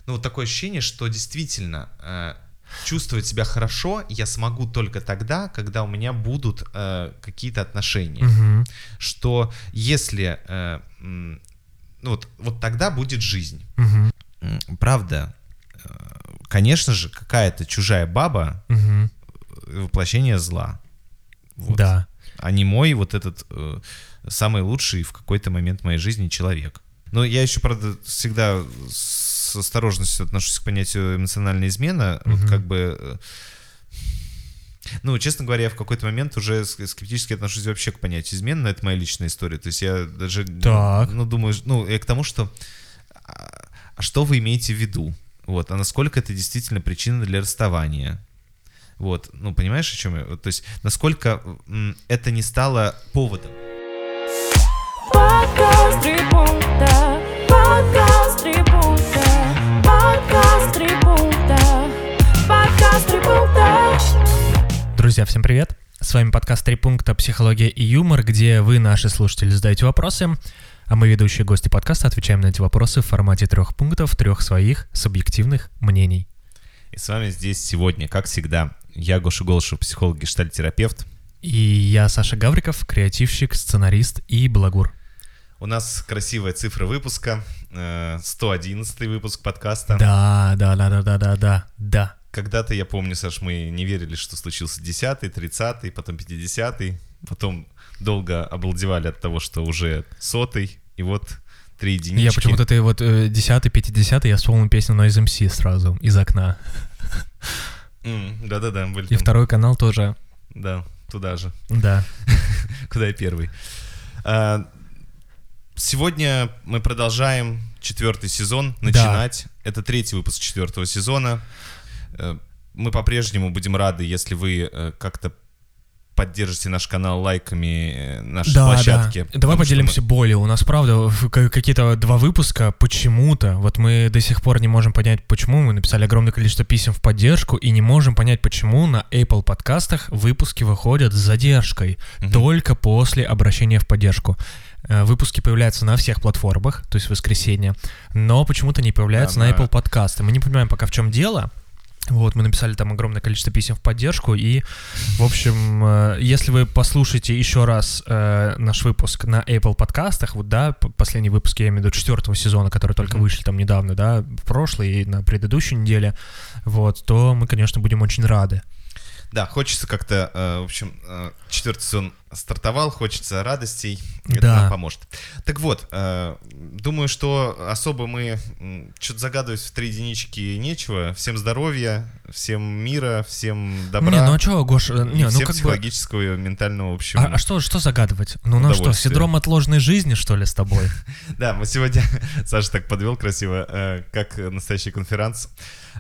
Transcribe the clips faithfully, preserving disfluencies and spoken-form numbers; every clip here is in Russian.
ну, вот такое ощущение, что действительно э, чувствовать себя хорошо я смогу только тогда, когда у меня будут э, какие-то отношения. Угу. Что если... Э, м, ну, вот, вот тогда будет жизнь. Угу. Правда, э, конечно же, какая-то чужая баба Угу. воплощение зла. Вот. Да. А не мой вот этот э, самый лучший в какой-то момент моей жизни человек. Но я еще, правда, всегда с осторожностью отношусь к понятию эмоциональная измена. Угу. Вот как бы... Э, ну, честно говоря, я в какой-то момент уже скептически отношусь вообще к понятию измены, но это моя личная история. То есть я даже... Так. Ну, думаю... Ну, я к тому, что... А что вы имеете в виду? Вот. А насколько это действительно причина для расставания? Вот, ну, понимаешь, о чем я? То есть, насколько м, это не стало поводом. Подкаст три пункта, подкаст три пункта, подкаст три пункта, подкаст три пункта. Друзья, всем привет! С вами подкаст «Три пункта. Психология и юмор», где вы, наши слушатели, задаете вопросы, а мы, ведущие гости подкаста, отвечаем на эти вопросы в формате трех пунктов, трех своих субъективных мнений. И с вами здесь сегодня, как всегда, я, Гоша Голышев, психолог, гештальт-терапевт. И я, Саша Гавриков, креативщик, сценарист и балагур. У нас красивая цифра выпуска, сто одиннадцатый выпуск подкаста. Да, да, да, да, да, да, да, да. Когда-то, я помню, Саш, мы не верили, что случился десятый, тридцатый, потом пятидесятый, потом долго обалдевали от того, что уже сотый, и вот три единички. Я почему-то ты вот десятый, пятидесятый, я вспомнил песню Noise эм си сразу, из окна. Mm, да-да-да. Были и там... второй канал тоже. Да, туда же. Да. Куда я первый. А, сегодня мы продолжаем четвертый сезон начинать. Да. Это третий выпуск четвертого сезона. Мы по-прежнему будем рады, если вы как-то поддержите наш канал лайками, наши да, площадки. Да. Давай поделимся мы... болью. У нас, правда, какие-то два выпуска почему-то, вот мы до сих пор не можем понять, почему. Мы написали огромное количество писем в поддержку и не можем понять, почему на Apple подкастах выпуски выходят с задержкой, угу. только после обращения в поддержку. Выпуски появляются на всех платформах, то есть в воскресенье, но почему-то не появляются да, на Apple подкасты. Мы не понимаем пока, в чем дело. Вот, мы написали там огромное количество писем в поддержку, и, в общем, э, если вы послушаете еще раз э, наш выпуск на Apple подкастах, вот, да, последний выпуск, я имею в виду четвертого сезона, который только mm-hmm. вышли там недавно, да, в прошлой и на предыдущей неделе, вот, то мы, конечно, будем очень рады. Да, хочется как-то, э, в общем, э, четвертый сезон стартовал, хочется радостей, это да. нам поможет. Так вот, э, думаю, что особо мы э, что-то загадывать в три единички нечего. Всем здоровья, всем мира, всем добра. Не, ну а что, Гош, не, всем ну как психологического, бы... ментального, в общем. А, а что, что загадывать? Ну, ну что, синдром отложенной жизни, что ли, с тобой? Да, мы сегодня, Саша так подвел красиво, как настоящий конферанс.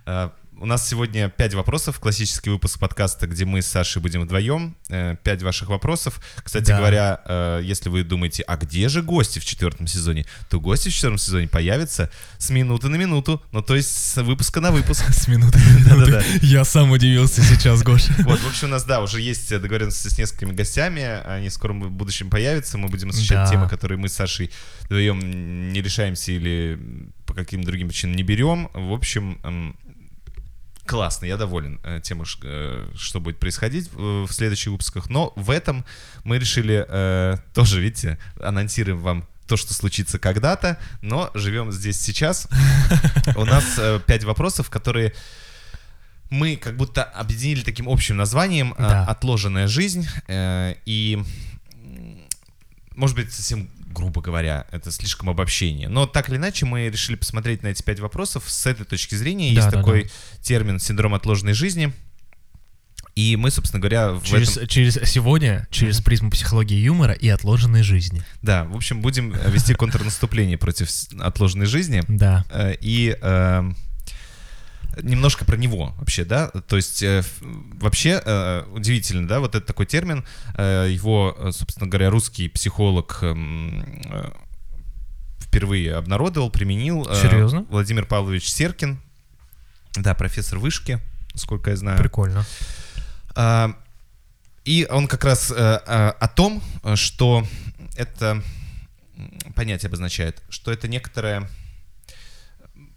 У нас сегодня пять вопросов, классический выпуск подкаста, где мы с Сашей будем вдвоем. Пять ваших вопросов. Кстати да. говоря, если вы думаете, а где же гости в четвертом сезоне, то гости в четвертом сезоне появятся с минуты на минуту, ну то есть с выпуска на выпуск. С минуты на минуту. Я сам удивился сейчас, Гоша. Вот, в общем, у нас, да, уже есть договоренности с несколькими гостями, они в скором будущем появятся, мы будем освещать да. темы, которые мы с Сашей вдвоем не решаемся или по каким-то другим причинам не берем. В общем... Классно, я доволен тем, что будет происходить в следующих выпусках. Но в этом мы решили э, тоже, видите, анонсируем вам то, что случится когда-то, но живем здесь сейчас. У нас э, пять вопросов, которые мы как будто объединили таким общим названием да. «Отложенная жизнь». Э, и, может быть, совсем... грубо говоря, это слишком обобщение. Но так или иначе мы решили посмотреть на эти пять вопросов с этой точки зрения. Да, есть да, такой да. термин «синдром отложенной жизни». И мы, собственно говоря, в через, этом... через сегодня, через призму психологии юмора и отложенной жизни. Да, в общем, будем вести контрнаступление против отложенной жизни. Да. И... Немножко про него вообще, да, то есть э, вообще э, удивительно, да, вот это такой термин, э, его, собственно говоря, русский психолог э, э, впервые обнародовал, применил. Э, Серьезно? Владимир Павлович Серкин, да, профессор вышки, сколько я знаю. Прикольно. Э, и он как раз э, э, о том, что это понятие обозначает, что это некоторое...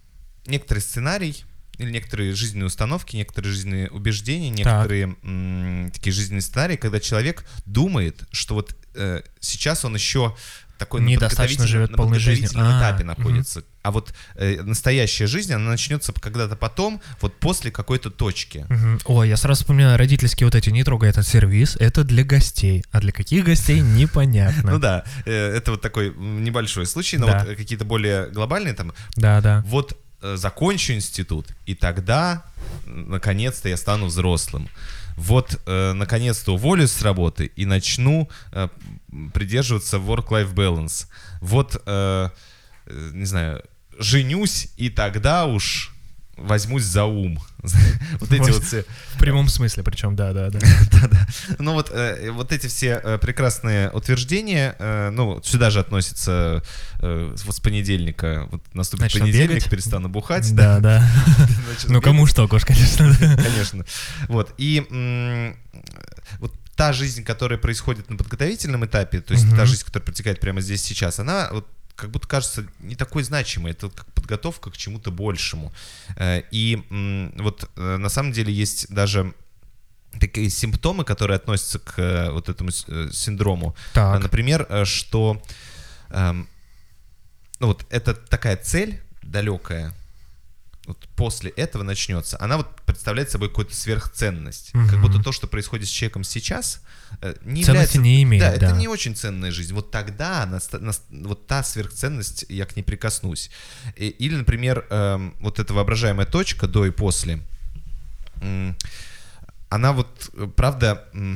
некоторый сценарий или некоторые жизненные установки, некоторые жизненные убеждения, некоторые м, такие жизненные сценарии, когда человек думает, что вот э, сейчас он еще такой на недостаточно живет на полной жизнью. подготовительном этапе А, находится. Угу. А вот э, настоящая жизнь, она начнется когда-то потом, вот после какой-то точки. Угу. Ой, я сразу вспоминаю родительские вот эти, не трогай этот сервис, это для гостей. А для каких гостей, непонятно. Ну да, это вот такой небольшой случай, но вот какие-то более глобальные там. Да, да. Вот закончу институт, и тогда, наконец-то, я стану взрослым. Вот, э, наконец-то уволюсь с работы и начну э, придерживаться work-life balance. Вот, э, э, не знаю, женюсь, и тогда уж возьмусь за ум. Вот эти вот все... В прямом смысле, причем, да-да-да. Да-да. Ну вот, э, вот эти все э, прекрасные утверждения, э, ну, сюда же относится э, вот с понедельника, вот наступит Начну понедельник, бегать. перестану бухать. Да-да. Ну, кому что, Гош, конечно. Конечно. Вот, и м- вот та жизнь, которая происходит на подготовительном этапе, то есть Мгм. та жизнь, которая протекает прямо здесь сейчас, она вот как будто кажется не такой значимой. Это как подготовка к чему-то большему. Э, И м, вот э, на самом деле есть даже такие симптомы, которые относятся к э, вот этому с- э, синдрому. Так. А, Например, э, что эм, ну вот это такая цель далекая, вот после этого начнется, она вот представляет собой какую-то сверхценность. Мгм. Как будто то, что происходит с человеком сейчас, э, не Ценности является... не имеет, Да, да. это не очень ценная жизнь. Вот тогда она ста- нас- вот та сверхценность, я к ней прикоснусь. И- Или, например, эм, вот эта воображаемая точка до и после, м, она вот, э, правда, м,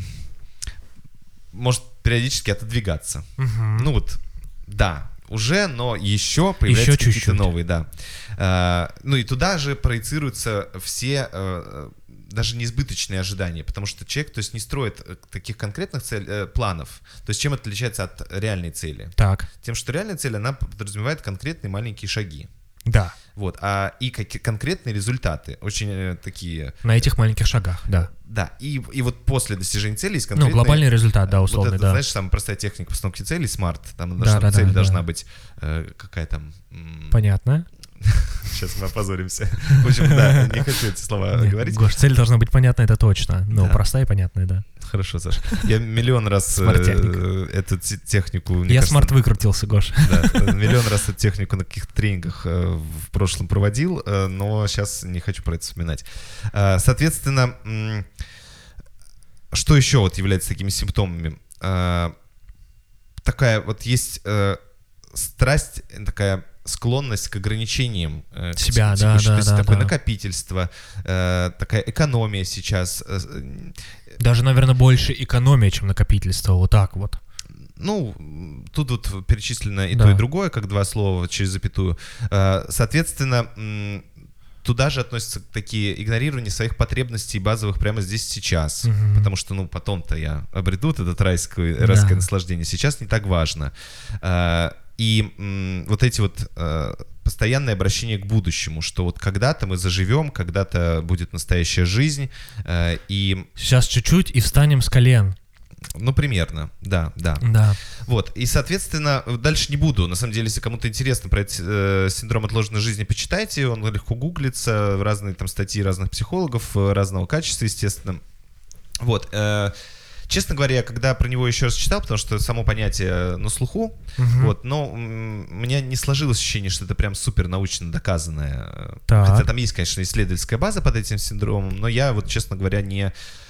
может периодически отодвигаться. Мгм. Ну вот, да, уже, но еще появляются Еще какие-то чуть-чуть. новые, да. А, ну и туда же проецируются все э, даже неизбыточные ожидания, потому что человек, то есть, не строит э, таких конкретных цель, э, планов. То есть чем это отличается от реальной цели? Так, Тем, что реальная цель, она подразумевает конкретные маленькие шаги. да, Вот, а и какие конкретные результаты, очень э, такие... на этих маленьких шагах, да. Да, и, и вот после достижения цели есть Ну, конкретные... глобальный результат, да, Вот условно, это, да. знаешь, самая простая техника постановки целей, смарт. Там Да, должна- да, цель да, должна да. быть э, какая там... м, Понятно. Сейчас мы опозоримся. В общем, да, не хочу эти слова Нет, говорить. Гош, цель должна быть понятна, это точно. Ну, Да. простая и понятная, да. Хорошо, Саша. Я миллион раз э, Смарт-техник. эту те- технику... мне Я кажется, смарт выкрутился, Гош. Да, миллион раз эту технику на каких-то тренингах э, в прошлом проводил, э, но сейчас не хочу про это вспоминать. Э, Соответственно, м, что еще вот является такими симптомами? Э, Такая вот есть э, страсть, э, такая склонность к ограничениям э, к Себя, текущей- да, текущей. да, То есть да, такое да. накопительство, э, такая экономия сейчас. э, э, Даже, наверное, больше экономия, чем накопительство, вот так вот. Ну, тут вот перечислено и Да. то, и другое, как два слова через запятую. Э, Соответственно, м, туда же относятся такие игнорирования своих потребностей базовых прямо здесь сейчас. Мгм. Потому что, ну, потом-то я обрету вот это райское, Да. райское наслаждение. Сейчас не так важно. Э, И м, вот эти вот э, постоянное обращение к будущему, что вот когда-то мы заживем, когда-то будет настоящая жизнь, э, и, Сейчас чуть-чуть и встанем с колен. ну, примерно, да, да. Да. Вот, и, соответственно, дальше не буду. На самом деле, если кому-то интересно про этот э, синдром отложенной жизни, почитайте, он легко гуглится, разные там статьи разных психологов, э, разного качества, естественно. Вот, э, честно говоря, когда про него еще раз читал, потому что само понятие на слуху, Мгм. вот, но м, у меня не сложилось ощущение, что это прям супер научно доказанное. Так. Хотя там есть, конечно, исследовательская база под этим синдромом, но я вот, честно говоря, не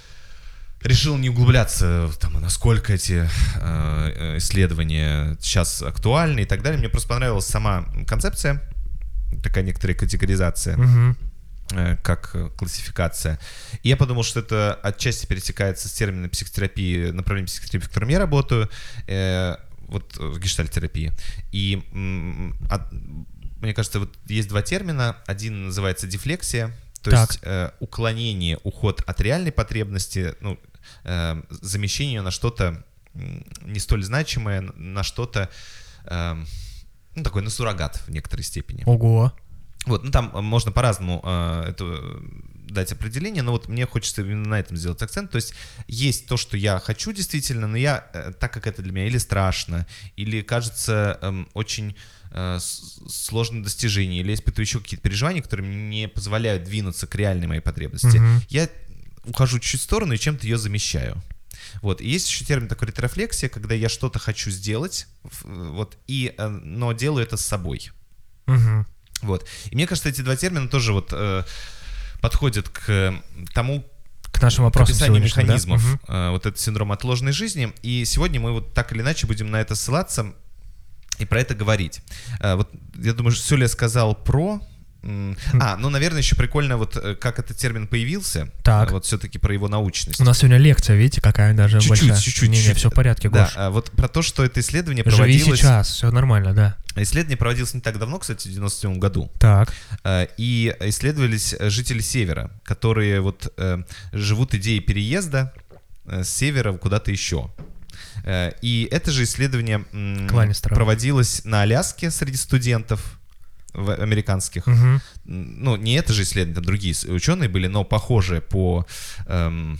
решил не углубляться, там, насколько эти э, исследования сейчас актуальны и так далее. Мне просто понравилась сама концепция, такая некоторая категоризация, Мгм. э, как э, классификация. И я подумал, что это отчасти пересекается с термином психотерапии, направлением психотерапии, в котором я работаю, э, вот э, гештальт-терапии. И м, от- мне кажется, вот есть два термина. Один называется дефлексия, то Так. есть э, уклонение, уход от реальной потребности, ну, э, замещение на что-то м, не столь значимое, на что-то, э, ну, такой, на суррогат в некоторой степени. Ого. Вот, ну там можно по-разному э, это э, дать определение, но вот мне хочется именно на этом сделать акцент. То есть есть то, что я хочу действительно, но я, э, так как это для меня или страшно, или кажется эм, очень э, сложные достижения, или я испытываю еще какие-то переживания, которые мне не позволяют двинуться к реальной моей потребности, mm-hmm. я ухожу чуть-чуть в сторону и чем-то ее замещаю. Вот. И есть еще термин такой ретрофлексия, когда я что-то хочу сделать, вот, и, но делаю это с собой. Mm-hmm. Вот. И мне кажется, эти два термина тоже вот, э, подходят к тому, к нашим вопросам, к описанию механизмов, да? э, вот этот синдром отложенной жизни. И сегодня мы вот так или иначе будем на это ссылаться и про это говорить. Э, вот я думаю, что все ли я сказал про... А, ну, наверное, еще прикольно, вот как этот термин появился. Так. Вот все-таки про его научность. У нас сегодня лекция, видите, какая даже чуть-чуть, большая. Чуть-чуть, Не, чуть-чуть. Не, все в порядке, Гош. Да, вот про то, что это исследование Живи проводилось... сейчас, все нормально, да. Исследование проводилось не так давно, кстати, в девяносто седьмом году. Так. И исследовались жители Севера, которые вот живут идеей переезда с севера куда-то еще. И это же исследование проводилось на Аляске среди студентов американских. Угу. Ну, не это же исследование, там другие ученые были, но похожие по, эм,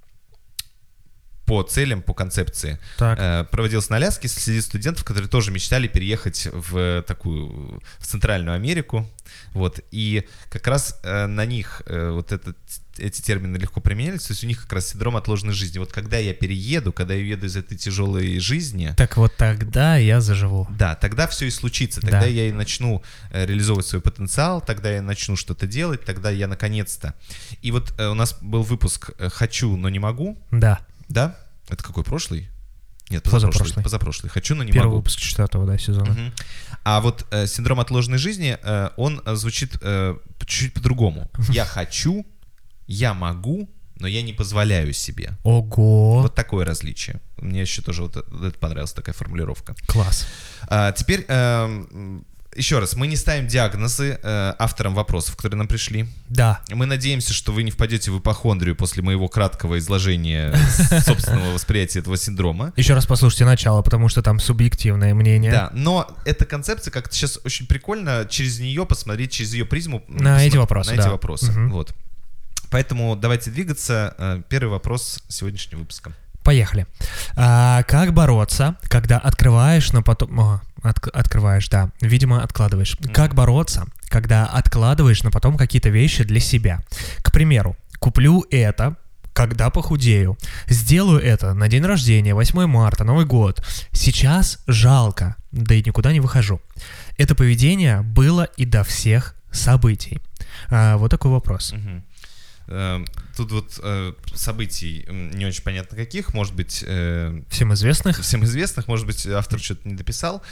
по целям, по концепции. Э, проводилось на Аляске среди студентов, которые тоже мечтали переехать в такую, в Центральную Америку. Вот. И как раз э, на них э, вот этот, эти термины легко применялись, то есть у них как раз синдром отложенной жизни. Вот когда я перееду, когда я уеду из этой тяжелой жизни... Так вот тогда я заживу. Да, тогда все и случится. Тогда да. я и начну э, реализовывать свой потенциал, тогда я начну что-то делать, тогда я наконец-то... И вот э, у нас был выпуск «Хочу, но не могу». Да. Да? Это какой, прошлый? Нет, позапрошлый. Позапрошлый. позапрошлый. «Хочу, но не Первый могу». Первый выпуск четвертого, да, сезона. Угу. А вот э, синдром отложенной жизни, э, он звучит э, чуть-чуть по-другому. Я хочу, я могу, но я не позволяю себе. Ого! Вот такое различие. Мне еще тоже вот это понравилась такая формулировка. Класс. А, теперь... Э, Еще раз, мы не ставим диагнозы э, авторам вопросов, которые нам пришли. Да. Мы надеемся, что вы не впадете в ипохондрию после моего краткого изложения собственного восприятия этого синдрома. Еще раз послушайте начало, потому что там субъективное мнение. Да, но эта концепция как-то сейчас очень прикольно через нее посмотреть, через ее призму. На эти вопросы, На да. эти вопросы, угу. вот. Поэтому давайте двигаться. Первый вопрос сегодняшнего выпуска. Поехали. А, как бороться, когда открываешь, но потом... О, от, открываешь, да. Видимо, откладываешь. Mm-hmm. Как бороться, когда откладываешь, но потом какие-то вещи для себя? К примеру, куплю это, когда похудею. Сделаю это на день рождения, восьмое марта, Новый год. Сейчас жалко, да и никуда не выхожу. Это поведение было и до всех событий. А, вот такой вопрос. Mm-hmm. Тут вот э, событий не очень понятно каких, может быть... Э, всем известных? Всем известных, может быть, автор что-то не дописал.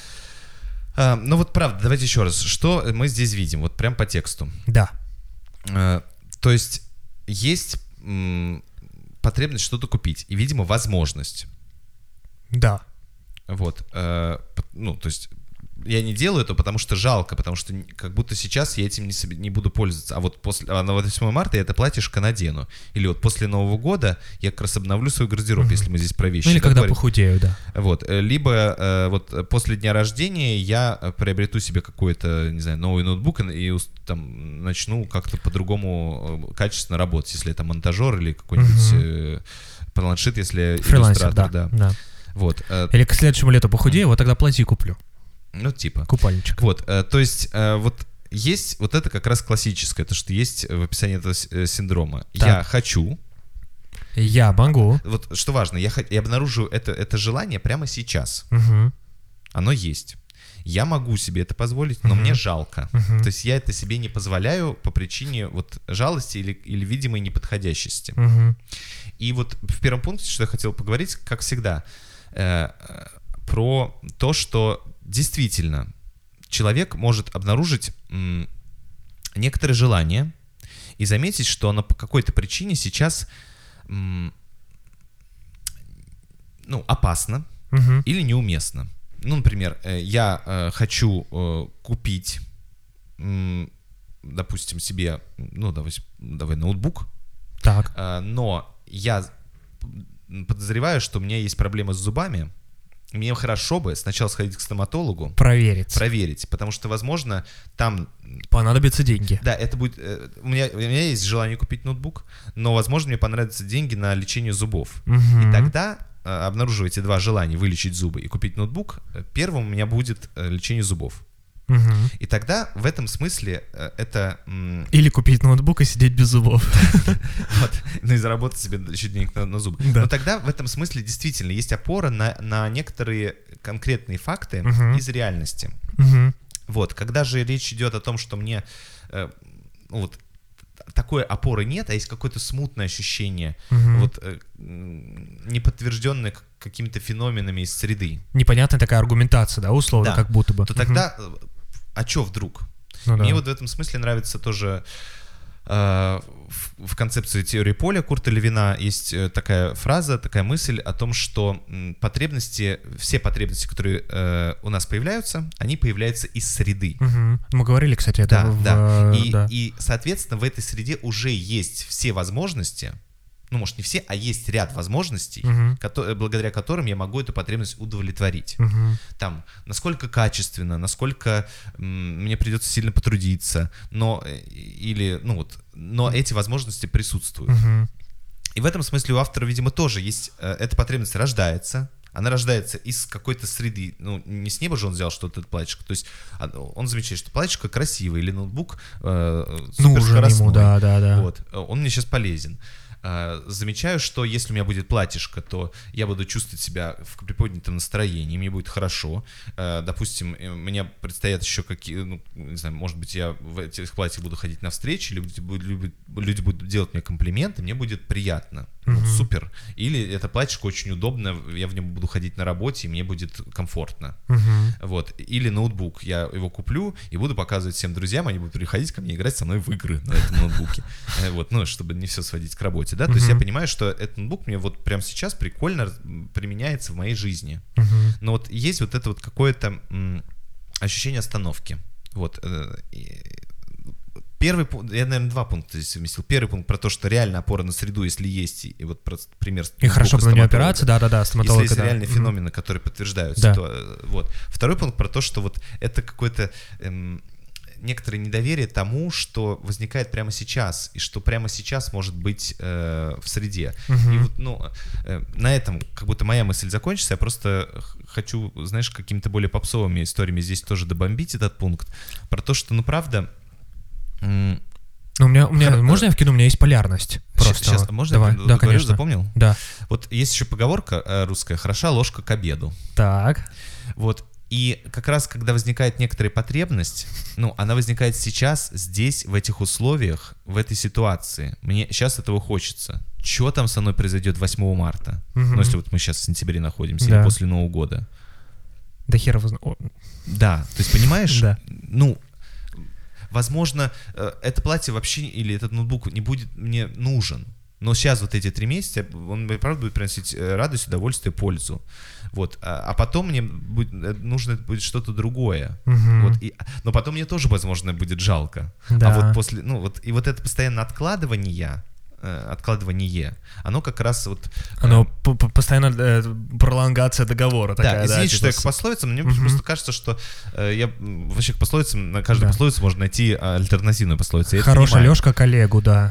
Э, но вот правда, давайте еще раз, что мы здесь видим, вот прям по тексту. Да. Э, то есть есть м, потребность что-то купить и, видимо, возможность. Да. Вот. Э, ну, то есть... Я не делаю это, потому что жалко, потому что как будто сейчас я этим не, себе, не буду пользоваться. А вот после, а на восьмое марта я это платьишко надену. Или вот после Нового года я как раз обновлю свой гардероб, mm-hmm. если мы здесь про вещи. Ну или когда говорим. похудею, да. Вот. Либо э, вот после дня рождения я приобрету себе какой-то, не знаю, новый ноутбук и там начну как-то по-другому качественно работать, если это монтажер или какой-нибудь mm-hmm. э, планшет, если фрилансер, иллюстратор. Да, да. да. Вот. Или к следующему лету похудею, mm-hmm. вот тогда платье куплю. Ну, типа. Купальничек. Вот, э, то есть, э, вот есть вот это как раз классическое, то, что есть в описании этого э, синдрома. Так. Я хочу. Я могу. Вот что важно, я, я обнаружу это, это желание прямо сейчас. Угу. Оно есть. Я могу себе это позволить, но угу. мне жалко. Угу. То есть я это себе не позволяю по причине вот жалости или, или видимой неподходящести. Угу. И вот в первом пункте, что я хотел поговорить, как всегда, э, про то, что действительно человек может обнаружить м, некоторые желания и заметить, что оно по какой-то причине сейчас м, ну, опасно угу. или неуместно. Ну, например, э, я э, хочу э, купить, э, допустим, себе, ну, давай, давай ноутбук, так. э, но я подозреваю, что у меня есть проблема с зубами. Мне хорошо бы сначала сходить к стоматологу. Проверить. Проверить, потому что, возможно, там... Понадобятся деньги. Да, это будет... У меня, у меня есть желание купить ноутбук, но, возможно, мне понадобятся деньги на лечение зубов. Угу. И тогда, обнаруживая эти два желания, вылечить зубы и купить ноутбук, первым у меня будет лечение зубов. Угу. И тогда в этом смысле э, это... М- Или купить ноутбук и сидеть без зубов. Вот. Ну и заработать себе еще денег на, на зубы. Да. Но тогда в этом смысле действительно есть опора на, на некоторые конкретные факты Мгм. из реальности. Мгм. Вот. Когда же речь идет о том, что мне э, ну вот, такой опоры нет, а есть какое-то смутное ощущение, Мгм. вот, э, м, не подтвержденное к- какими-то феноменами из среды, Непонятная такая аргументация, да, условно, Да. как будто бы. то Мгм. тогда, э, а чё вдруг? Ну да. Мне вот в этом смысле нравится тоже э, в, в концепции теории поля Курта Левина есть э, такая фраза, такая мысль о том, что м, потребности, все потребности, которые э, у нас появляются, они появляются из среды. Мгм. Мы говорили, кстати, это Да, в... да. И, да. и, соответственно, в этой среде уже есть все возможности, ну, может, не все, а есть ряд возможностей, Мгм. кото- благодаря которым я могу эту потребность удовлетворить. Мгм. Там, насколько качественно, насколько м, мне придется сильно потрудиться, но, э, или, ну вот, но эти возможности присутствуют. Мгм. И в этом смысле у автора, видимо, тоже есть, э, эта потребность рождается, она рождается из какой-то среды, ну, не с неба же он взял что-то, этот платьишко, то есть а, он замечает, что платьишко красивый, или ноутбук э, Нужен суперскоростной. ему, да, да, да. Вот, э, он мне сейчас полезен. Э, Замечаю, что если у меня будет платьишко, то я буду чувствовать себя в приподнятом настроении, мне будет хорошо. Э, Допустим, э, мне предстоят еще какие, ну, не знаю, может быть, я в этих платьях буду ходить на встречи, люди будут, люди- люди будут делать мне комплименты, мне будет приятно. Ну, Мгм. супер. Или это платьишко очень удобно, я в нем буду ходить на работе, и мне будет комфортно. Мгм. Вот. Или ноутбук. Я его куплю и буду показывать всем друзьям, они будут приходить ко мне играть со мной в игры на этом ноутбуке. Э, Вот, ну, чтобы не все сводить к работе, да. То есть я Мгм. понимаю, что этот ноутбук мне вот прямо сейчас прикольно раз- применяется в моей жизни. Мгм. Но вот есть вот это вот какое-то м, ощущение остановки. Вот. э, и Первый пункт, я, наверное, два пункта здесь совместил. Первый пункт про то, что реально опора на среду, если есть, и, и вот про- пример с И хорошо бы на нее стоматолога. опираться, да-да-да, стоматолога, Если есть да. реальные Мгм. феномены, которые подтверждаются. Да. То, э, вот. Второй пункт про то, что вот это какое-то эм, некоторое недоверие тому, что возникает прямо сейчас, и что прямо сейчас может быть э, в среде. Мгм. И вот, ну, э, на этом как будто моя мысль закончится. Я просто х- хочу, знаешь, какими-то более попсовыми историями здесь тоже добомбить этот пункт. Про то, что, ну, правда... м, Ну, у меня, у меня, Хор- можно я вкину? У меня есть полярность. Просто. Сейчас, вот. можно Давай. я Да, договорю, конечно. запомнил? Да. Вот есть еще поговорка э, русская: «Хороша ложка к обеду». Так. Вот. И как раз, когда возникает некоторая потребность, ну, она возникает сейчас, здесь, в этих условиях, в этой ситуации. Мне сейчас этого хочется. Что там со мной произойдет восьмого марта? Мгм. Ну, если вот мы сейчас в сентябре находимся, Да. или после Нового года. Да хер его зна- О, Да, то есть, понимаешь, Да. ну, возможно, э, это платье вообще, или этот ноутбук не будет мне нужен. Но сейчас вот эти три месяца, он мне, правда, будет приносить э, радость, удовольствие, пользу. Вот. А, а потом мне будет, э, нужно будет что-то другое. Мгм. Вот. И, но потом мне тоже, возможно, будет жалко. Да. А вот после, ну вот, и вот это постоянное откладывание, э, откладывание, оно как раз вот... э, Оно п- п- постоянно э, пролонгация договора да, такая, да. извините, типа что я с- к пословицам, мне Мгм. просто кажется, что э, я м, вообще к пословицам, на каждую Да. пословицу можно найти а, альтернативную пословицу. Я это Хорошая понимаю. Лёшка коллегу, да.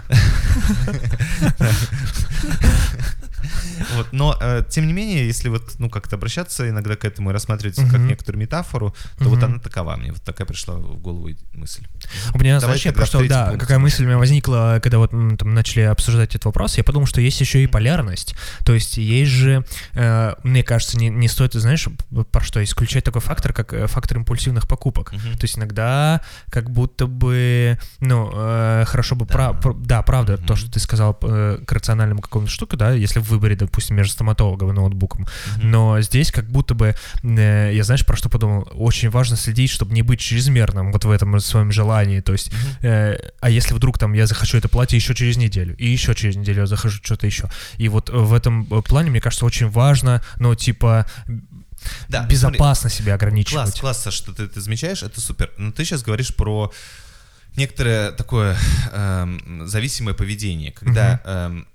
Вот, но, э, тем не менее, если вот, ну, как-то обращаться иногда к этому и рассматривать как Мгм. некоторую метафору, то Мгм. вот она такова. Мне вот такая пришла в голову мысль. У меня, Давай знаешь, я тогда просто, третий да, пункт. какая мысль у меня возникла, когда вот м, там начали обсуждать этот вопрос, я подумал, что есть еще и полярность. То есть есть же, э, мне кажется, не, не стоит, знаешь, про что, исключать такой фактор, как э, фактор импульсивных покупок. Мгм. То есть иногда как будто бы, ну, э, хорошо бы, Да. пра- пр- да, правда, Мгм. то, что ты сказал э, к рациональному какому-то штуке, да, если в выборе, допустим, между стоматологом и ноутбуком. Мгм. Но здесь как будто бы, э, я знаешь, про что подумал, очень важно следить, чтобы не быть чрезмерным вот в этом своем желании, то есть, Мгм. э, а если вдруг там я захочу это платье еще через неделю, и еще через неделю я захочу что-то еще, и вот в этом плане, мне кажется, очень важно, ну, типа, Да, безопасно себя смотри, ограничивать. класс, класс, Саш, что ты это замечаешь, это супер. Но ты сейчас говоришь про некоторое такое эм, зависимое поведение, когда эм,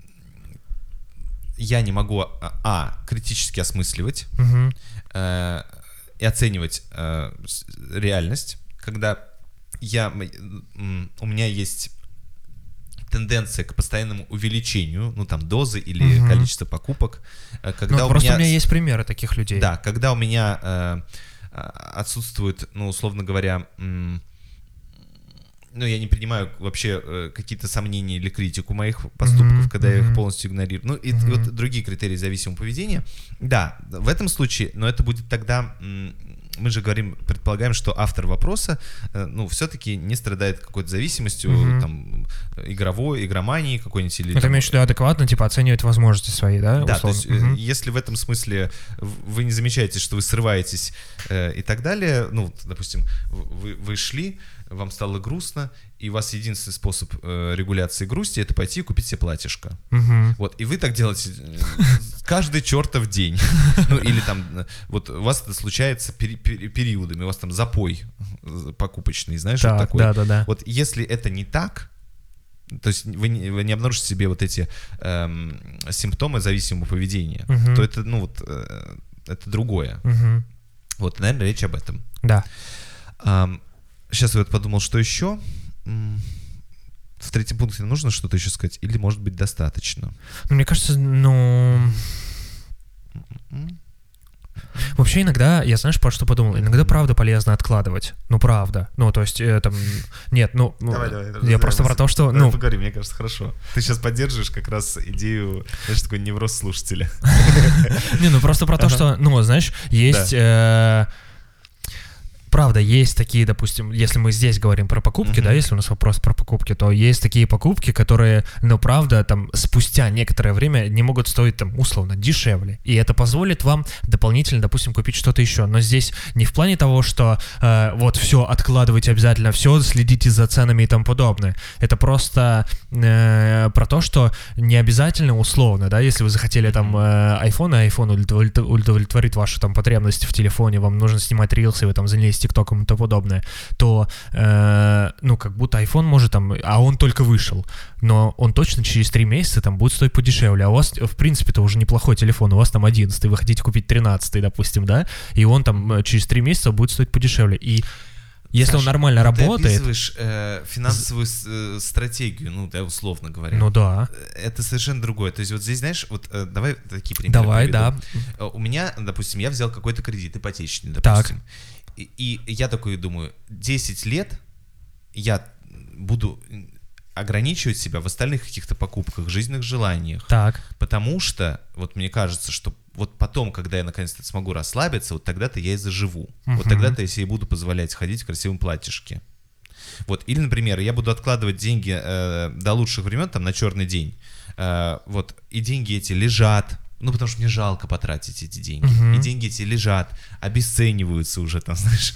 я не могу, а, а, критически осмысливать Мгм. э, и оценивать э, с- реальность, когда я, м, м, у меня есть тенденция к постоянному увеличению, ну там дозы или Мгм. количества покупок, э, когда Ну, у просто меня у меня есть примеры таких людей. да, когда у меня э, отсутствует, ну, условно говоря, ну, я не принимаю вообще э, какие-то сомнения или критику моих поступков, mm-hmm. когда mm-hmm. я их полностью игнорирую. Ну, и, mm-hmm. и вот другие критерии зависимого поведения. Да, в этом случае, но это будет тогда... М- мы же говорим, предполагаем, что автор вопроса, э, ну, все-таки не страдает какой-то зависимостью, mm-hmm. там, игровой, игромании какой-нибудь. Или, это там... имеешь в виду адекватно, типа, оценивать возможности свои, да? Да, условно? то есть, mm-hmm. если в этом смысле вы не замечаете, что вы срываетесь э, и так далее, ну, допустим, вы, вы шли, вам стало грустно, и у вас единственный способ э, регуляции грусти — это пойти и купить себе платьишко. Угу. Вот, и вы так делаете каждый чертов день. Ну, или там, вот у вас это случается пери- пери- периодами, у вас там запой покупочный, знаешь, так, вот такой. Да, да, да. Вот если это не так, то есть вы не, вы не обнаружите в себе вот эти эм, симптомы зависимого поведения, угу. то это, ну, вот, э, это другое. Угу. Вот, наверное, речь об этом. Да. Um, Сейчас я вот подумал, что еще. В третьем пункте нужно что-то еще сказать? Или, может быть, достаточно? Ну, мне кажется, ну... Вообще иногда, я знаешь, про что подумал? Иногда правда полезно откладывать. Ну, правда. Ну, то есть, э, там... Нет, ну... Давай, давай. Я просто про то, что... Давай ну поговори, мне кажется, хорошо. Ты сейчас поддерживаешь как раз идею, знаешь, такой невроз слушателя. Не, ну просто про то, что, ну, знаешь, есть... Правда, есть такие, допустим, если мы здесь говорим про покупки, uh-huh. да, если у нас вопрос про покупки, то есть такие покупки, которые, ну, правда, там, спустя некоторое время не могут стоить, там, условно, дешевле. И это позволит вам дополнительно, допустим, купить что-то еще. Но здесь не в плане того, что э, вот все, откладывайте обязательно, все, следите за ценами и тому подобное. Это просто э, про то, что не обязательно условно, да, если вы захотели там э, iPhone, и iPhone удовлетворит ваши там потребности в телефоне, вам нужно снимать рилсы, вы там занялись ТикТоком и тому подобное, то, э, ну, как будто iPhone может там, а он только вышел, но он точно через три месяца там будет стоить подешевле, а у вас, в принципе-то, уже неплохой телефон, у вас там одиннадцатый, вы хотите купить тринадцатый, допустим, да, и он там через три месяца будет стоить подешевле, и если Саша, он нормально работает... Ты описываешь э, финансовую э, стратегию, ну, да, условно говоря. Ну да. Это совершенно другое. То есть вот здесь, знаешь, вот э, давай такие примеры Давай, приведу. да. У меня, допустим, я взял какой-то кредит ипотечный, допустим. Так. И, и я такой думаю, десять лет я буду ограничивать себя в остальных каких-то покупках, жизненных желаниях. Так. Потому что, вот мне кажется, что вот потом, когда я наконец-то смогу расслабиться, вот тогда-то я и заживу. Uh-huh. Вот тогда-то я себе буду позволять ходить в красивом платьишке. Вот. Или, например, я буду откладывать деньги э, до лучших времен, там, на черный день. Э, вот. И деньги эти лежат. Ну, потому что мне жалко потратить эти деньги. Uh-huh. И деньги эти лежат, обесцениваются уже, там, знаешь,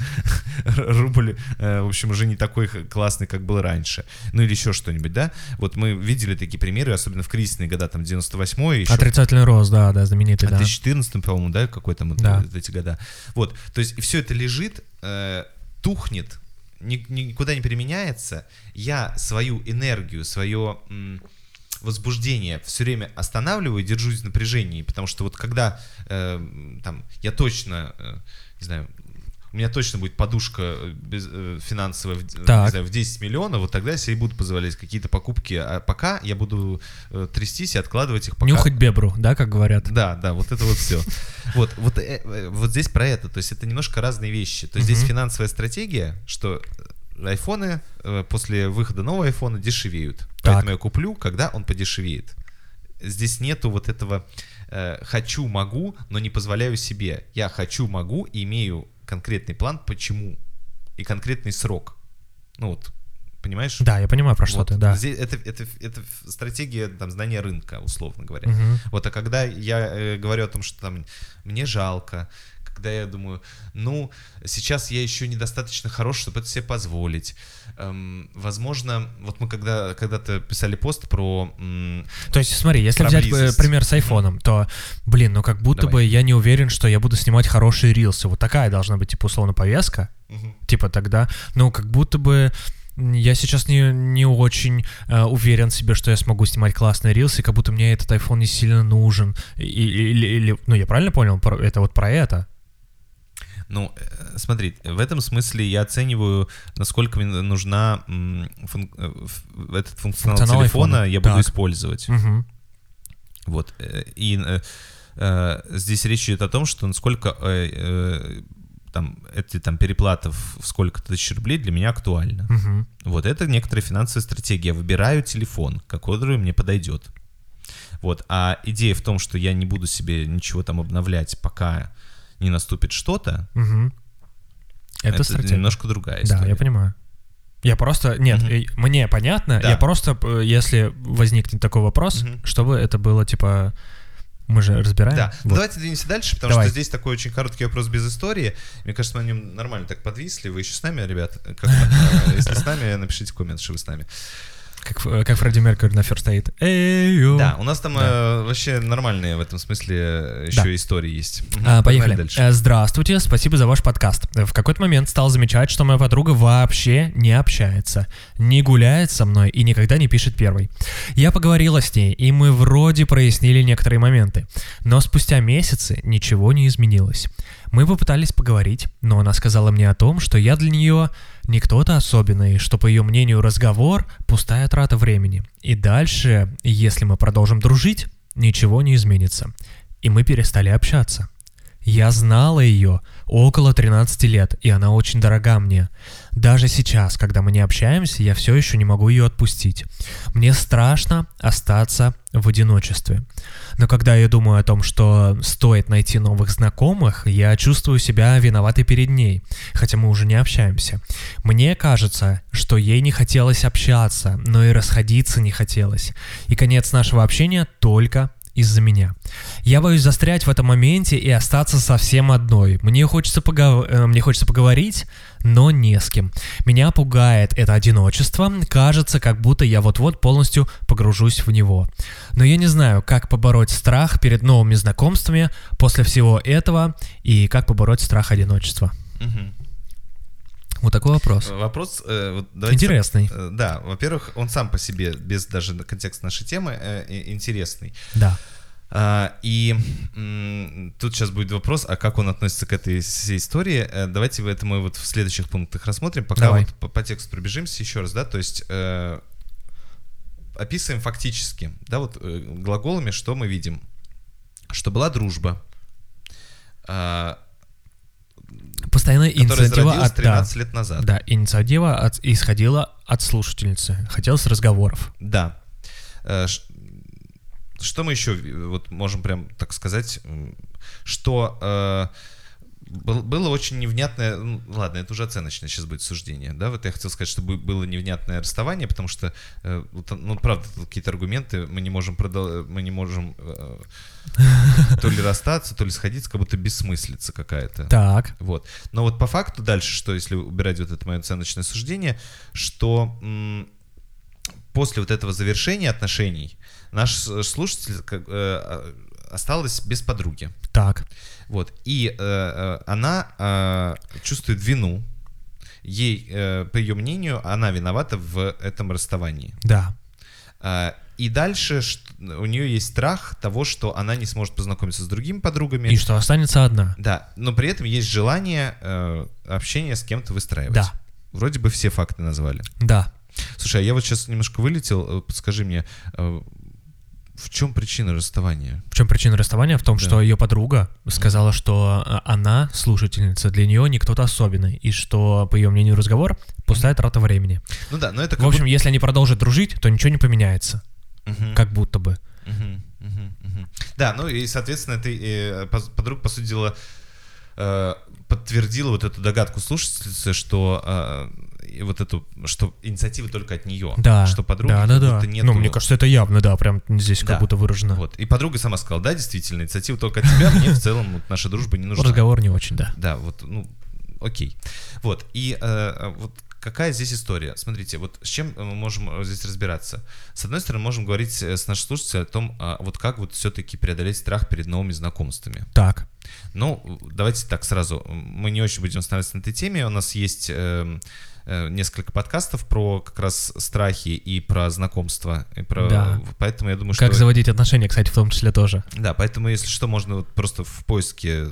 рубль, э, в общем, уже не такой классный, как был раньше. Ну, или еще что-нибудь, да? Вот мы видели такие примеры, особенно в кризисные года, там, девяносто восьмой. Еще... Отрицательный рост, да, да, знаменитый, да. В две тысячи четырнадцатом, по-моему, да, какой там да. вот, эти года. Вот, то есть все это лежит, э, тухнет, ни, никуда не применяется. Я свою энергию, свое... М- возбуждение все время останавливаю и держусь в напряжении, потому что вот когда э, там я точно, э, не знаю, у меня точно будет подушка без, э, финансовая в, не знаю, в десять миллионов, вот тогда я себе буду позволять какие-то покупки, а пока я буду э, трястись и откладывать их пока... Нюхать бебру, да, как говорят? Да, да, вот это вот все. Вот, вот, э, вот здесь про это, то есть это немножко разные вещи, то есть здесь финансовая стратегия, что... Айфоны э, после выхода нового айфона дешевеют. Так. Поэтому я куплю, когда он подешевеет. Здесь нету вот этого э, «хочу, могу, но не позволяю себе». Я хочу, могу и имею конкретный план «почему» и конкретный срок. Ну вот, понимаешь? Да, я понимаю, про что вот. ты, да. Здесь это, это, это стратегия там, знания рынка, условно говоря. Угу. Вот, а когда я э, говорю о том, что там мне жалко, когда я думаю, ну, сейчас я еще недостаточно хорош, чтобы это себе позволить. Эм, возможно, вот мы когда, когда-то писали пост про... М, то есть, смотри, если про взять близость. пример с айфоном, то, блин, ну как будто Давай. бы я не уверен, что я буду снимать хорошие рилсы. Вот такая должна быть, типа, условно, повестка. Угу. Типа тогда, ну, как будто бы... Я сейчас не, не очень э, уверен в себе, что я смогу снимать классные рилсы, как будто мне этот iPhone не сильно нужен. Или, или, ну, я правильно понял? Это вот про это? Ну, смотри, в этом смысле я оцениваю, насколько мне нужна фун... этот функционал, функционал телефона, iPhone. Я буду так. использовать. Угу. Вот. И э, э, здесь речь идет о том, что насколько... Э, э, там, эти там переплаты в сколько-то тысяч рублей для меня актуальна. Угу. Вот, это некоторая финансовая стратегия. Я выбираю телефон, который мне подойдет. Вот, а идея в том, что я не буду себе ничего там обновлять, пока не наступит что-то, угу. это, это стратегия. немножко другая история. Да, я понимаю. Я просто... Нет, угу. мне понятно, да. я просто, если возникнет такой вопрос, угу. чтобы это было, типа... Мы же разбираем. Да, вот. Давайте двинемся дальше, потому Давай. что здесь такой очень короткий вопрос без истории. Мне кажется, мы на нем нормально так подвисли. Вы еще с нами, ребят? Как Если с нами, напишите коммент, что вы с нами. Как, как Фредди Меркьюри на First Aid. Эй-йо. Да, у нас там да. э, вообще нормальные в этом смысле еще да. истории есть. А, поехали. Дальше. Здравствуйте, спасибо за ваш подкаст. В какой-то момент стал замечать, что моя подруга вообще не общается, не гуляет со мной и никогда не пишет первой. Я поговорила с ней, и мы вроде прояснили некоторые моменты. Но спустя месяцы ничего не изменилось. Мы попытались поговорить, но она сказала мне о том, что я для нее не кто-то особенный, что, по ее мнению, разговор – пустая трата времени. И дальше, если мы продолжим дружить, ничего не изменится. И мы перестали общаться. Я знала ее около тринадцати лет, и она очень дорога мне. Даже сейчас, когда мы не общаемся, я все еще не могу ее отпустить. Мне страшно остаться в одиночестве. Но когда я думаю о том, что стоит найти новых знакомых, я чувствую себя виноватой перед ней, хотя мы уже не общаемся. Мне кажется, что ей не хотелось общаться, но и расходиться не хотелось. И конец нашего общения только из-за меня. Я боюсь застрять в этом моменте и остаться совсем одной. Мне хочется, погов... Мне хочется поговорить, но не с кем. Меня пугает это одиночество. Кажется, как будто я вот-вот полностью погружусь в него. Но я не знаю, как побороть страх перед новыми знакомствами после всего этого и как побороть страх одиночества. Угу. Вот такой вопрос. Вопрос э, вот интересный. Э, да, во-первых, он сам по себе, без даже контекста нашей темы, э, интересный. Да. А, и м, тут сейчас будет вопрос, а как он относится к этой всей истории. Э, давайте это мы вот в следующих пунктах рассмотрим. Пока Давай. вот по, по тексту пробежимся еще раз, да, то есть э, описываем фактически, да, вот э, глаголами, что мы видим. Что была дружба, э, постоянная инициатива от тринадцать да, лет назад. Да, инициатива от, исходила от слушательницы. Хотелось разговоров. Да. Что мы еще вот можем прям так сказать, что э, было очень невнятное, ну, ладно, это уже оценочное сейчас будет суждение, да, вот я хотел сказать, что было невнятное расставание, потому что, э, ну, правда, какие-то аргументы мы не можем продолжать, мы не можем э, то ли расстаться, то ли сходиться, как будто бессмыслица какая-то. Так. Вот. Но вот по факту дальше, что если убирать вот это мое оценочное суждение, что м- после вот этого завершения отношений наш слушатель как, э, осталась без подруги. Так. Вот. И э, она э, чувствует вину. Ей, э, по ее мнению, она виновата в этом расставании. Да. Э, и дальше что, у нее есть страх того, что она не сможет познакомиться с другими подругами. И что останется одна. Да. Но при этом есть желание э, общения с кем-то выстраивать. Да. Вроде бы все факты назвали. Да. Слушай, а я вот сейчас немножко вылетел. Подскажи мне, э, в чем причина расставания? В чем причина расставания? В том, да. что ее подруга сказала, что она, слушательница, для нее не кто-то особенный, и что, по ее мнению, разговор — пустая трата времени. Ну да, но это... В общем, будто... если они продолжат дружить, то ничего не поменяется. Угу. Как будто бы. Угу, угу, угу. Да, ну и, соответственно, ты, э, подруга, по сути дела, э, подтвердила вот эту догадку слушательницы, что... Э, и вот эту, что инициатива только от нее, да, что подруги да, как да, будто да. нету. Ну, мне кажется, это явно, да, прям здесь да. как будто выражено. Вот. И подруга сама сказала, да, действительно, инициатива только от тебя, мне в целом вот, наша дружба не нужна. Разговор не очень, да. Да, вот, ну, окей. Вот, и э, вот какая здесь история? Смотрите, вот с чем мы можем здесь разбираться? С одной стороны, можем говорить с нашей слушателями о том, а, вот как вот все-таки преодолеть страх перед новыми знакомствами. Так. Ну, давайте так сразу, мы не очень будем останавливаться на этой теме, у нас есть... Э, несколько подкастов про как раз страхи и про знакомства, и про... Да. Поэтому я думаю, как что... Как заводить отношения, кстати, в том числе тоже. Да, поэтому, если что, можно вот просто в поиске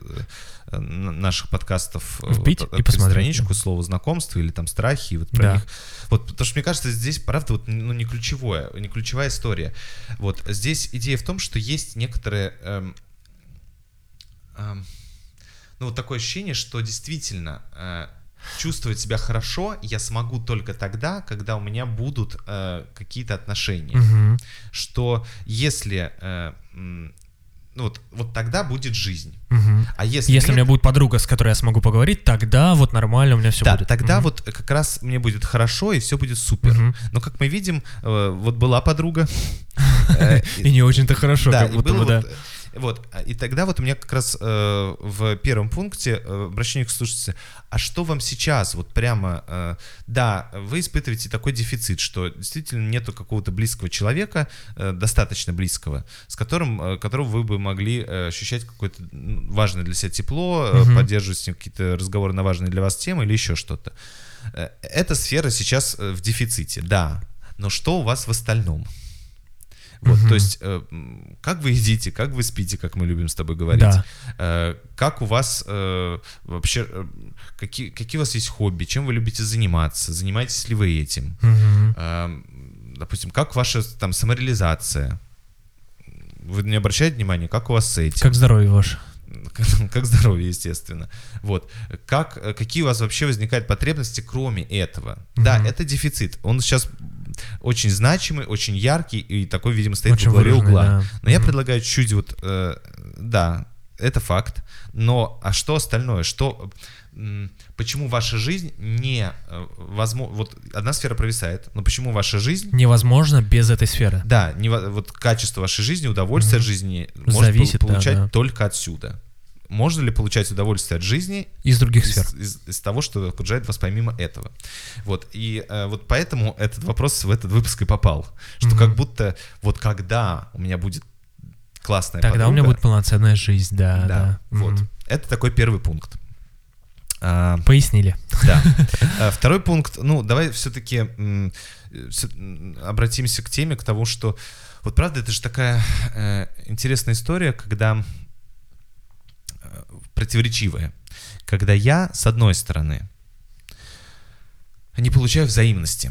наших подкастов вбить вот, и посмотреть страничку слово знакомство или там страхи, и вот про да. них. Вот, потому что мне кажется, здесь, правда, вот, ну, не ключевое, не ключевая история. Вот здесь идея в том, что есть некоторые... Эм, эм, ну, вот такое ощущение, что действительно э, чувствовать себя хорошо я смогу только тогда, когда у меня будут э, какие-то отношения. Угу. Что если... Э, ну, вот, вот тогда будет жизнь. Угу. А если, если нет, у меня будет подруга, с которой я смогу поговорить, тогда вот нормально у меня все да, будет. тогда угу. вот как раз мне будет хорошо, и все будет супер. Угу. Но, как мы видим, э, вот была подруга. И не очень-то хорошо, как будто бы, да. Вот, и тогда вот у меня как раз э, в первом пункте э, обращение к слушателю, а что вам сейчас, вот прямо, э, да, вы испытываете такой дефицит, что действительно нету какого-то близкого человека, э, достаточно близкого, с которым, э, которого вы бы могли э, ощущать какое-то важное для себя тепло, э, угу. поддерживать с ним какие-то разговоры на важные для вас темы или еще что-то. Э, эта сфера сейчас э, в дефиците, да, но что у вас в остальном? Вот, uh-huh. То есть, э, как вы едите, как вы спите, как мы любим с тобой говорить, да. э, как у вас э, вообще, э, какие, какие у вас есть хобби, чем вы любите заниматься, занимаетесь ли вы этим, uh-huh. э, допустим, как ваша там самореализация, вы не обращаете внимания, как у вас с этим? Как здоровье ваше? Как здоровье, естественно. Вот. Как, какие у вас вообще возникают потребности, кроме этого? Mm-hmm. Да, это дефицит. Он сейчас очень значимый, очень яркий и такой, видимо, стоит очень во главе выраженный, угла. Да. Но mm-hmm. я предлагаю чуть вот, э, да, это факт. Но а что остальное? Что, м, почему ваша жизнь не э, возможно? Вот одна сфера провисает, но почему ваша жизнь невозможно без этой сферы? Да, не, вот качество вашей жизни, удовольствие mm-hmm. от жизни зависит, может получать да, да. только отсюда. Можно ли получать удовольствие от жизни из других из, сфер? Из, из того, что окружает вас помимо этого. Вот. И э, вот поэтому этот вопрос в этот выпуск и попал. Что mm-hmm. как будто вот когда у меня будет классная Тогда подруга, у меня будет полноценная жизнь, да. Да, да. вот. Mm-hmm. Это такой первый пункт. А, Пояснили. Да. А, второй пункт. Ну, давай все-таки м, все, обратимся к теме, к тому, что вот правда, это же такая э, интересная история, когда противоречивое, когда я, с одной стороны, не получаю взаимности.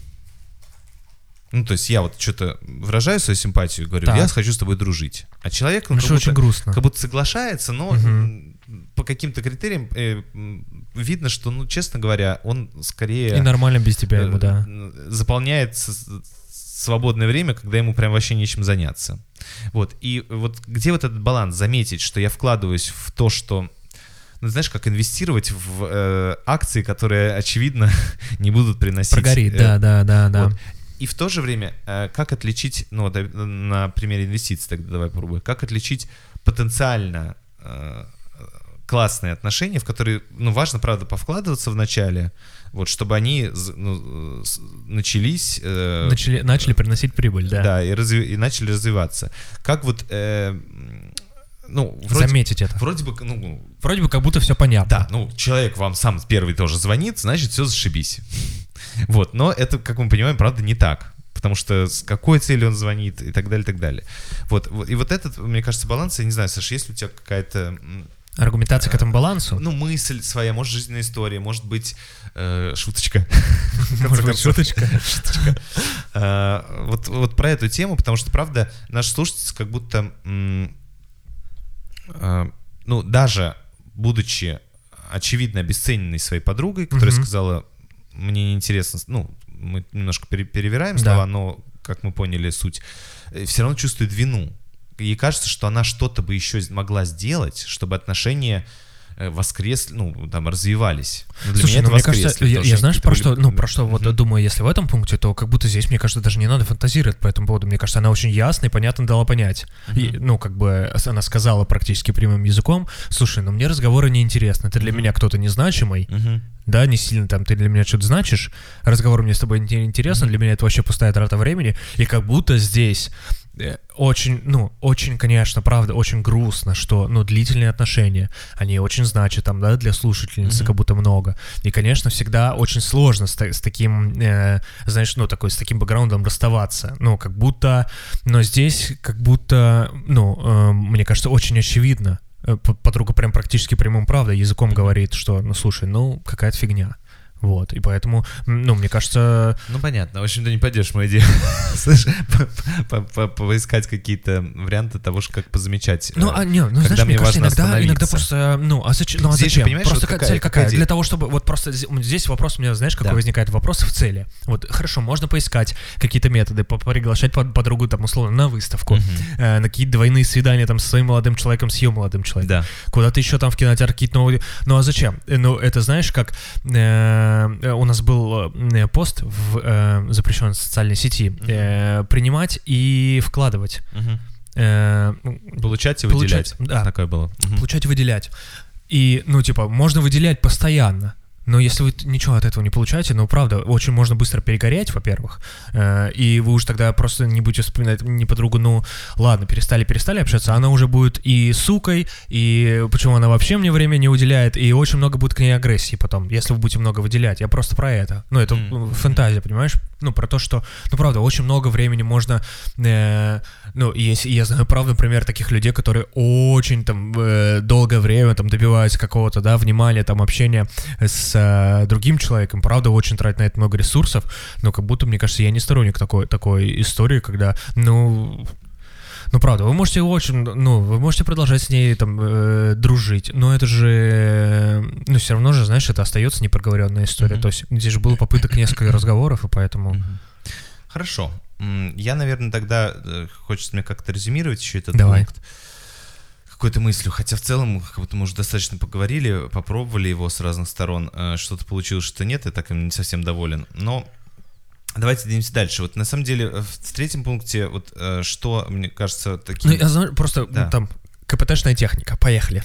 Ну, то есть я вот что-то выражаю свою симпатию и говорю, так. я хочу с тобой дружить. А человек, ну, как, будто, очень грустно. как будто соглашается, но угу. по каким-то критериям э, видно, что, ну, честно говоря, он скорее... И нормально без тебя ему, да. Заполняет свободное время, когда ему прям вообще нечем заняться. Вот. И вот где вот этот баланс? Заметить, что я вкладываюсь в то, что... Ну, знаешь, как инвестировать в э, акции, которые, очевидно, не будут приносить... Прогорит, э, да, да, да, да. Вот. И в то же время, э, как отличить... Ну, на примере инвестиций тогда давай попробуем. Как отличить потенциально э, классные отношения, в которые, ну, важно, правда, повкладываться в начале, вот, чтобы они, ну, начались... Э, начали, начали приносить прибыль, да. Да, и, разви, и начали развиваться. Как вот... Э, ну, вроде, заметить это. Вроде бы, ну... Вроде бы как будто все понятно. Да, ну, человек вам сам первый тоже звонит, значит, все зашибись. Вот, но это, как мы понимаем, правда, не так. Потому что с какой целью он звонит и так далее, и так далее. Вот, и вот этот, мне кажется, баланс, я не знаю, Саша, есть ли у тебя какая-то... Аргументация к этому балансу? Ну, мысль своя, может, жизненная история, может быть, э, шуточка. Может быть, шуточка. Шуточка. э, вот, вот про эту тему, потому что, правда, наш слушатель как будто, м- э, ну, даже будучи очевидно обесцененной своей подругой, которая uh-huh. сказала, мне неинтересно, ну, мы немножко пере- перевираем слова, да. но, как мы поняли суть, все равно чувствует вину. Ей кажется, что она что-то бы еще могла сделать, чтобы отношения воскресли, ну, там, развивались. Но для Слушай, меня ну, это мне кажется, я, я знаешь, про были... что, ну, про что mm-hmm. вот думаю, если в этом пункте, то как будто здесь, мне кажется, даже не надо фантазировать по этому поводу. Мне кажется, она очень ясно и понятно дала понять. Mm-hmm. И, ну, как бы она сказала практически прямым языком, слушай, ну, мне разговоры неинтересны, ты для mm-hmm. меня кто-то незначимый, mm-hmm. да, не сильно там, ты для меня что-то значишь, разговор мне с тобой не интересен, mm-hmm. для меня это вообще пустая трата времени, и как будто здесь... Очень, ну, очень, конечно, правда, очень грустно, что, ну, длительные отношения, они очень значат там, да, для слушательницы mm-hmm. как будто много. И, конечно, всегда очень сложно с, с таким, э, знаешь, ну, такой, с таким бэкграундом расставаться. Ну, как будто, но здесь как будто, ну, э, мне кажется, очень очевидно. Подруга прям практически прямым правдой языком mm-hmm. говорит, что, ну, слушай, ну, какая-то фигня. Вот, и поэтому, ну, мне кажется... Ну, понятно, в общем-то, не пойдешь мою идею. Слышь, поискать какие-то варианты того, как позамечать. Ну, а, не, ну, знаешь, мне кажется, иногда, иногда просто, ну, а зачем? Ну, а здесь, зачем? Просто вот какая, какая, цель какая? какая Для того, чтобы, вот просто здесь вопрос у меня, знаешь, какой да. возникает? Вопрос в цели. Вот, хорошо, можно поискать какие-то методы, приглашать подругу, там, условно, на выставку, uh-huh. э, на какие-то двойные свидания, там, со своим молодым человеком, с ее молодым человеком. Да. Куда-то еще там в кинотеатр какие-то новые... Ну, а зачем? Ну, это, знаешь, как... Э, у нас был пост в э, запрещенной социальной сети uh-huh. э, принимать и вкладывать. Uh-huh. Э, получать и выделять. Получать, да. Такое было. Uh-huh. Получать и выделять. И, ну, типа, можно выделять постоянно. Но если вы ничего от этого не получаете, ну, правда, очень можно быстро перегореть, во-первых, э, и вы уж тогда просто не будете вспоминать ни подругу, ну, ладно, перестали-перестали общаться, она уже будет и сукой, и почему она вообще мне время не уделяет, и очень много будет к ней агрессии потом, если вы будете много выделять. Я просто про это. Ну, это mm. фантазия, понимаешь? Ну, про то, что, ну, правда, очень много времени можно, э, ну, есть, я знаю, правда, например, таких людей, которые очень там э, долгое время там добиваются какого-то, да, внимания, там, общения с другим человеком, правда, очень тратит на это много ресурсов, но как будто, мне кажется, я не сторонник такой, такой истории, когда, ну, ну, правда, вы можете очень, ну, вы можете продолжать с ней, там, э, дружить, но это же, ну, все равно же, знаешь, это остается непроговоренная история, mm-hmm. то есть здесь же было попыток несколько разговоров, и поэтому... Mm-hmm. Хорошо. Я, наверное, тогда, хочется мне как-то резюмировать еще этот Давай. пункт какой-то мыслью, хотя в целом, как будто мы уже достаточно поговорили, попробовали его с разных сторон, что-то получилось, что нет, и так им не совсем доволен, но давайте двинемся дальше. Вот на самом деле в третьем пункте, вот что, мне кажется, таким... Ну, я знаю, просто да. там КПТшная техника, поехали.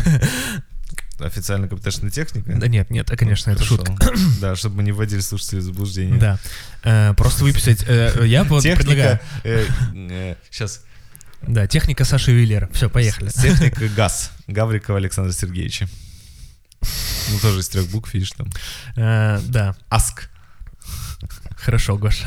Официально КПТшная техника? Да нет, нет, конечно, ну, это шутка. Да, чтобы мы не вводили слушателей в заблуждение. Да, э, просто выписать, э, я вот предлагаю... Э, э, сейчас... Да, техника Саши Виллера. Все, поехали. Техника ГАЗ. Гаврикова Александра Сергеевича. Ну, тоже из трех букв, видишь там. А, да. АСК. Хорошо, Гоша.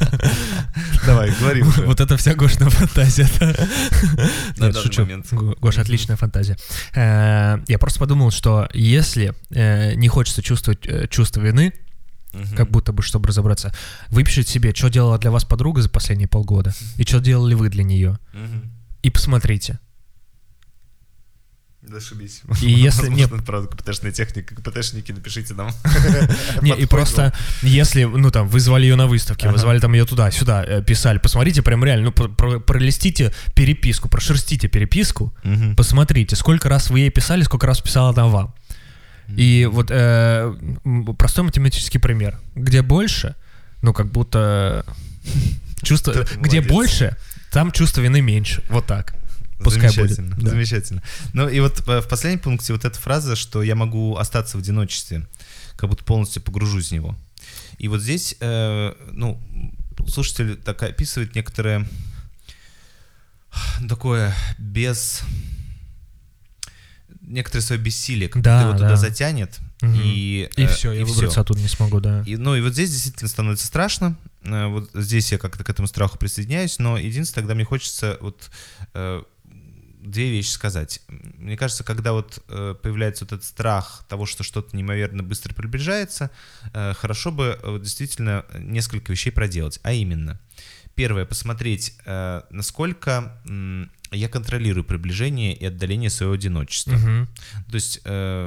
Давай, говори уже. Вот это вся Гошина фантазия. Нет, шучу. Гоша, отличная фантазия. Я просто подумал, что если не хочется чувствовать чувство вины, Uh-huh. как будто бы, чтобы разобраться, выпишите себе, что делала для вас подруга за последние полгода, и что делали вы для нее. Uh-huh. И посмотрите. Зашибись. И если нет, не... правда, КПТшная техника, КПТшники, напишите нам. Не, и просто, если, ну, там, вы звали ее на выставке, вы звали там ее туда-сюда, писали, посмотрите, прям реально, ну, пролистите переписку, прошерстите переписку, посмотрите, сколько раз вы ей писали, сколько раз писала она вам. И вот э, простой математический пример. Где больше, ну, как будто чувство... Где больше, там чувство вины меньше. Вот так. Пускай замечательно, будет. Да. Замечательно. Ну, и вот в последнем пункте вот эта фраза, что я могу остаться в одиночестве, как будто полностью погружусь в него. И вот здесь, э, ну, слушатель так описывает некоторое такое без... некоторое свое бессилие, как да, его да. туда затянет, угу. и, и э, все, и я выбраться оттуда не смогу, да. И, ну и вот здесь действительно становится страшно, э, вот здесь я как-то к этому страху присоединяюсь, но единственное, тогда мне хочется вот э, две вещи сказать. Мне кажется, когда вот э, появляется вот этот страх того, что что-то неимоверно быстро приближается, э, хорошо бы э, действительно несколько вещей проделать, а именно, первое, посмотреть, э, насколько... М- я контролирую приближение и отдаление своего одиночества. Uh-huh. То есть э,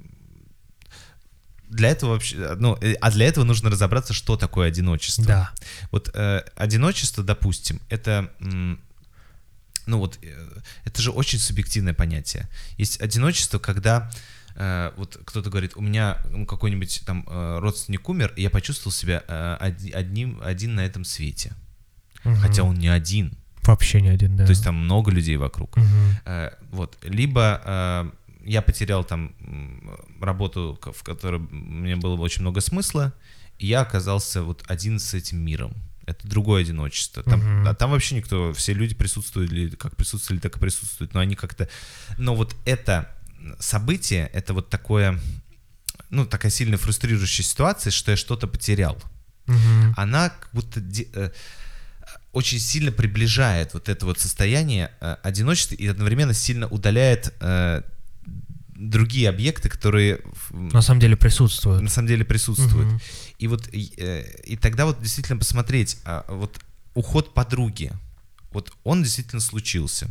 для этого вообще, ну, а для этого нужно разобраться, что такое одиночество. Да. Вот э, одиночество, допустим, это, м, ну вот, э, это же очень субъективное понятие. Есть одиночество, когда э, вот кто-то говорит, у меня ну, какой-нибудь там э, родственник умер, и я почувствовал себя э, одним, один на этом свете, uh-huh. хотя он не один. Вообще не один, да. То есть там много людей вокруг. Угу. Э, вот. Либо э, я потерял там работу, в которой мне было очень много смысла, и я оказался вот один с этим миром. Это другое одиночество. Там, угу. а там вообще никто, все люди присутствуют, или как присутствовали, так и присутствуют, но они как-то... Но вот это событие, это вот такое, ну, такая сильно фрустрирующая ситуация, что я что-то потерял. Угу. Она как будто... очень сильно приближает вот это вот состояние э, одиночества и одновременно сильно удаляет э, другие объекты, которые... На самом деле присутствуют. На самом деле присутствуют. Угу. И вот и, и тогда вот действительно посмотреть, а, вот уход подруги, вот он действительно случился.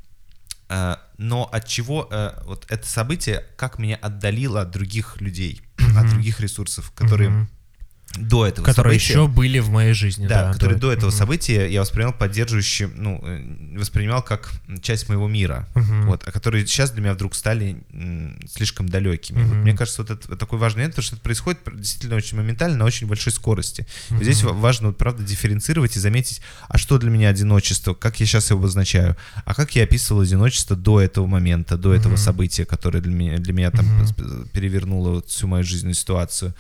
А, но от чего а, вот это событие, как меня отдалило от других людей, угу. от других ресурсов, которые... Угу. До этого которые события, еще были в моей жизни. Да, да которые до, до этого угу. события я воспринимал поддерживающе, ну, воспринимал как часть моего мира, угу. вот, а которые сейчас для меня вдруг стали м, слишком далекими. Угу. Вот, мне кажется, вот это такой важный момент, потому что это происходит действительно очень моментально, на очень большой скорости. Угу. И здесь важно, вот, правда, дифференцировать и заметить, а что для меня одиночество, как я сейчас его обозначаю, а как я описывал одиночество до этого момента, до этого угу. события, которое для меня, для меня там угу. перевернуло вот всю мою жизненную ситуацию.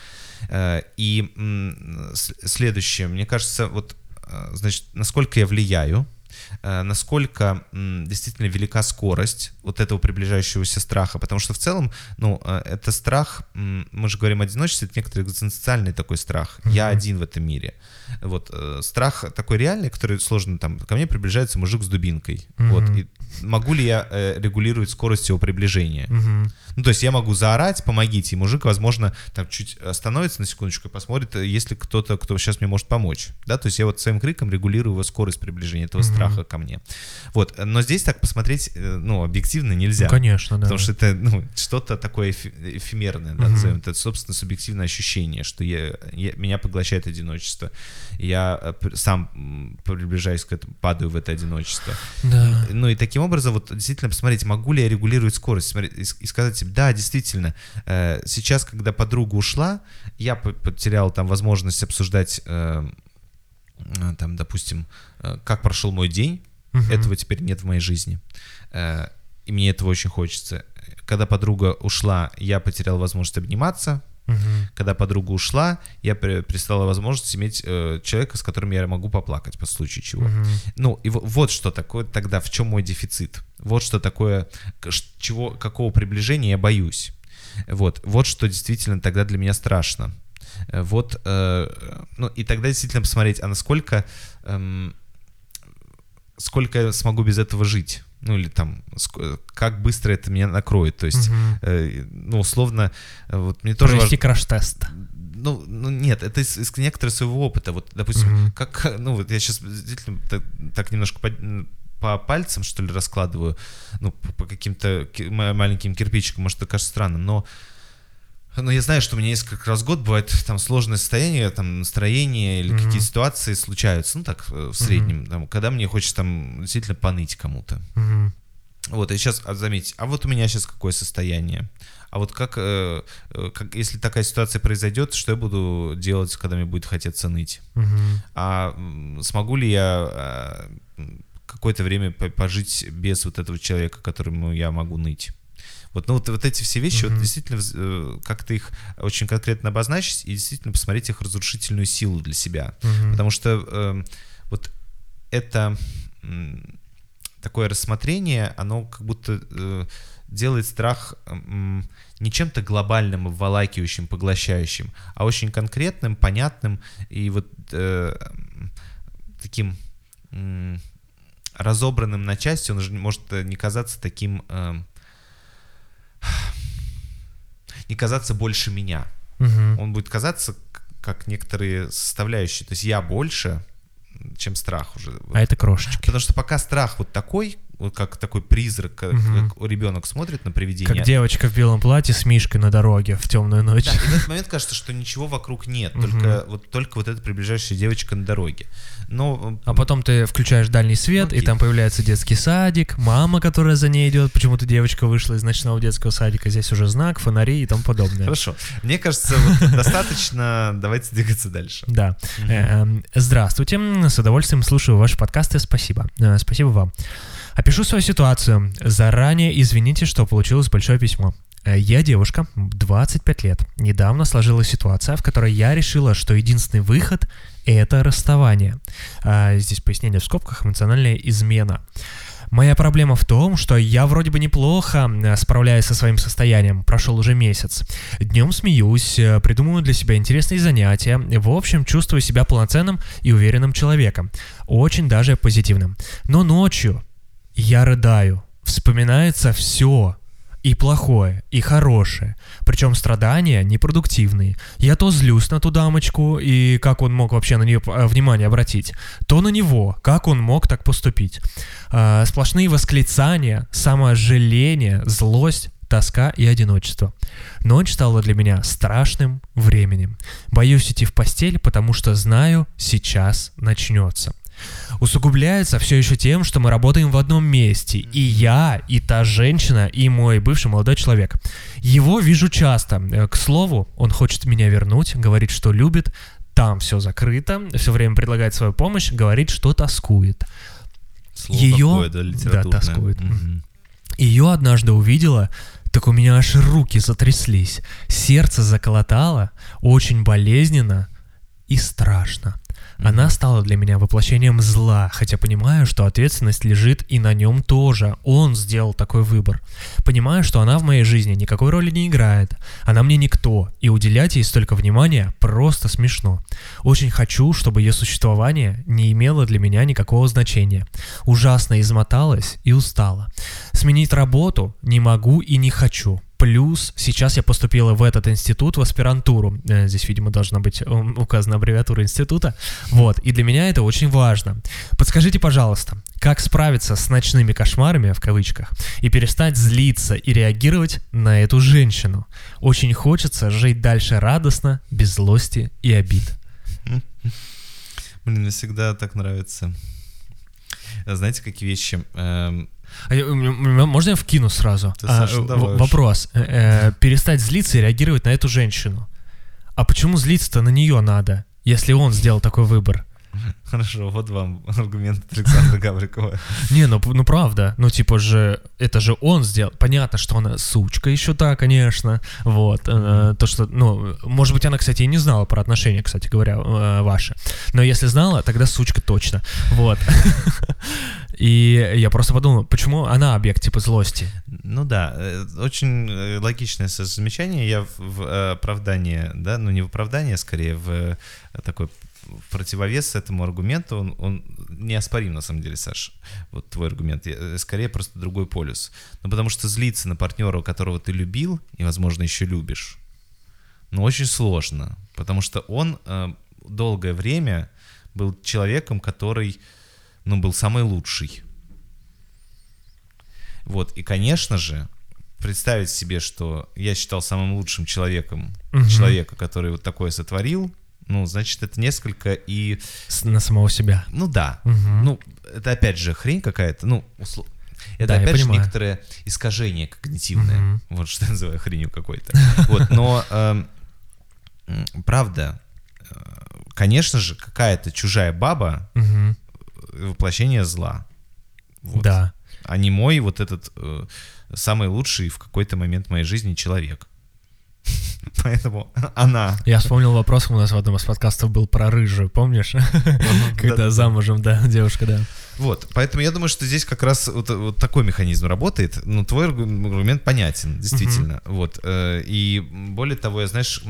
И следующее, мне кажется, вот, значит, насколько я влияю, насколько действительно велика скорость вот этого приближающегося страха, потому что в целом, ну, это страх, мы же говорим о одиночестве, это некоторый экзистенциальный такой страх, mm-hmm. я один в этом мире. Вот, страх такой реальный, который сложно, там, ко мне приближается мужик с дубинкой, mm-hmm. вот, и могу ли я э, регулировать скорость его приближения? Mm-hmm. Ну, то есть я могу заорать, помогите, и мужик, возможно, там чуть остановится на секундочку и посмотрит, есть ли кто-то, кто сейчас мне может помочь, да, то есть я вот своим криком регулирую его скорость приближения этого mm-hmm. страха ко мне. Вот, но здесь так посмотреть, ну, объективно нельзя. Ну, конечно, да. Потому что это, ну, что-то такое эфи- эфемерное, да, mm-hmm. назовем это, собственно, субъективное ощущение, что я, я, меня поглощает одиночество. Я сам приближаюсь к этому, падаю в это одиночество. Да. Ну, и таким образом, вот, действительно, посмотреть, могу ли я регулировать скорость, смотреть, и, и сказать себе, да, действительно, э, сейчас, когда подруга ушла, я потерял там возможность обсуждать, э, там, допустим, э, как прошел мой день, uh-huh. этого теперь нет в моей жизни, э, и мне этого очень хочется. Когда подруга ушла, я потерял возможность обниматься. Uh-huh. Когда подруга ушла, я перестала возможность иметь э, человека, с которым я могу поплакать по случаю чего. Uh-huh. Ну, и в, вот что такое тогда, в чем мой дефицит. Вот что такое, чего, какого приближения я боюсь. Вот, вот что действительно тогда для меня страшно. Вот, э, ну, и тогда действительно посмотреть, а насколько, э, сколько я смогу без этого жить. Ну, или там, как быстро это меня накроет. То есть, uh-huh. э, ну, условно, вот мне тоже провести важно... краш-тест. Ну, ну, нет, это из, из некоторого своего опыта. Вот, допустим, uh-huh. как, ну, вот я сейчас действительно так, так немножко по, по пальцам, что ли, раскладываю, ну, по, по каким-то маленьким кирпичикам, может, это кажется странным, но Но я знаю, что у меня несколько раз в год бывает там сложное состояние, там настроение или mm-hmm. какие-то ситуации случаются, ну так в среднем, mm-hmm. там, когда мне хочется там действительно поныть кому-то. Mm-hmm. Вот, и сейчас, а, заметьте, а вот у меня сейчас какое состояние? А вот как, э, как, если такая ситуация произойдет, что я буду делать, когда мне будет хотеться ныть? Mm-hmm. А смогу ли я э, какое-то время пожить без вот этого человека, которому я могу ныть? Вот, ну, вот, вот эти все вещи, mm-hmm. вот действительно э, как-то их очень конкретно обозначить и действительно посмотреть их разрушительную силу для себя. Mm-hmm. Потому что э, вот это э, такое рассмотрение, оно как будто э, делает страх э, не чем-то глобальным, обволакивающим, поглощающим, а очень конкретным, понятным и вот э, таким э, разобранным на части. Он же может не казаться таким... Э, не казаться больше меня. Uh-huh. Он будет казаться как некоторые составляющие. То есть я больше, чем страх уже. А это крошечки. Потому что пока страх вот такой, вот как такой призрак, как, uh-huh. как ребенок смотрит на привидение. Как девочка в белом платье с мишкой на дороге в темную ночь. Да, и в этот момент кажется, что ничего вокруг нет, uh-huh. только, вот, только вот эта приближающая девочка на дороге. Но... А потом ты включаешь дальний свет, okay. и там появляется детский садик, мама, которая за ней идет, почему-то девочка вышла из ночного детского садика, здесь уже знак, фонари и тому подобное. Хорошо. Мне кажется, вот достаточно, давайте двигаться дальше. Да. Здравствуйте, с удовольствием слушаю ваши подкасты, спасибо. Спасибо вам. Опишу свою ситуацию. Заранее извините, что получилось большое письмо. Я девушка, двадцать пять лет. Недавно сложилась ситуация, в которой я решила, что единственный выход – это расставание. А, здесь пояснение в скобках – эмоциональная измена. Моя проблема в том, что я вроде бы неплохо справляюсь со своим состоянием, прошел уже месяц. Днем смеюсь, придумываю для себя интересные занятия, в общем, чувствую себя полноценным и уверенным человеком, очень даже позитивным. Но ночью я рыдаю, вспоминается все. и плохое, и хорошее. Причем страдания непродуктивные. Я то злюсь на ту дамочку, и как он мог вообще на нее внимание обратить, то на него, как он мог так поступить. А, сплошные восклицания, саможаление, злость, тоска и одиночество. Ночь стала для меня страшным временем. Боюсь идти в постель, потому что знаю, сейчас начнется. Усугубляется все еще тем, что мы работаем в одном месте. И я, и та женщина, и мой бывший молодой человек. Его вижу часто. К слову, он хочет меня вернуть, говорит, что любит. Там все закрыто, все время предлагает свою помощь, говорит, что тоскует. Слово Ее... такое, да, литературное. Да, тоскует. Mm-hmm. Ее однажды увидела, так у меня аж руки затряслись. Сердце заколотало, очень болезненно и страшно. Она стала для меня воплощением зла, хотя понимаю, что ответственность лежит и на нем тоже. Он сделал такой выбор. Понимаю, что она в моей жизни никакой роли не играет. Она мне никто, и уделять ей столько внимания просто смешно. Очень хочу, чтобы ее существование не имело для меня никакого значения. Ужасно измоталась и устала. Сменить работу не могу и не хочу. Плюс сейчас я поступила в этот институт, в аспирантуру. Здесь, видимо, должна быть указана аббревиатура института. Вот, и для меня это очень важно. Подскажите, пожалуйста, как справиться с ночными кошмарами, в кавычках, и перестать злиться и реагировать на эту женщину? Очень хочется жить дальше радостно, без злости и обид. Блин, мне всегда так нравится. Знаете, какие вещи... Эм... А, можно я вкину сразу? Ты, Саша, а, давай вопрос. Э, перестать злиться и реагировать на эту женщину. А почему злиться-то на нее надо, если он сделал такой выбор? Хорошо, вот вам аргумент от Александра Гаврикова. Не, ну, ну правда, ну типа же, это же он сделал. Понятно, что она сучка еще та, конечно, вот. Mm-hmm. То, что, ну, может быть, она, кстати, и не знала про отношения, кстати говоря, ваши. Но если знала, тогда сучка точно, вот. И я просто подумал, почему она объект типа злости? Ну да, очень логичное замечание. Я в оправдание, да, ну не в оправдание, скорее в такой противовес этому аргументу, он, он неоспорим на самом деле, Саш, вот твой аргумент, скорее просто другой полюс. Ну потому что злиться на партнера, которого ты любил и, возможно, еще любишь, ну очень сложно, потому что он э, долгое время был человеком, который, ну, был самый лучший. Вот, и, конечно же, представить себе, что я считал самым лучшим человеком угу. человека, который вот такое сотворил, ну, значит, это несколько и... С, на самого себя. Ну, да. Угу. Ну, это опять же хрень какая-то, ну, услов... Это да, опять же некоторое искажение когнитивное. Угу. Вот что я называю хренью какой-то. Вот, но, э, правда, конечно же, какая-то чужая баба угу. воплощение зла. Вот. Да. А не мой вот этот э, самый лучший в какой-то момент моей жизни человек. Поэтому она... Я вспомнил вопрос, у нас в одном из подкастов был про рыжую, помнишь? Когда замужем, да, девушка, да. Вот, поэтому я думаю, что здесь как раз вот такой механизм работает. Ну, твой аргумент понятен, действительно. Вот, и более того, я, знаешь...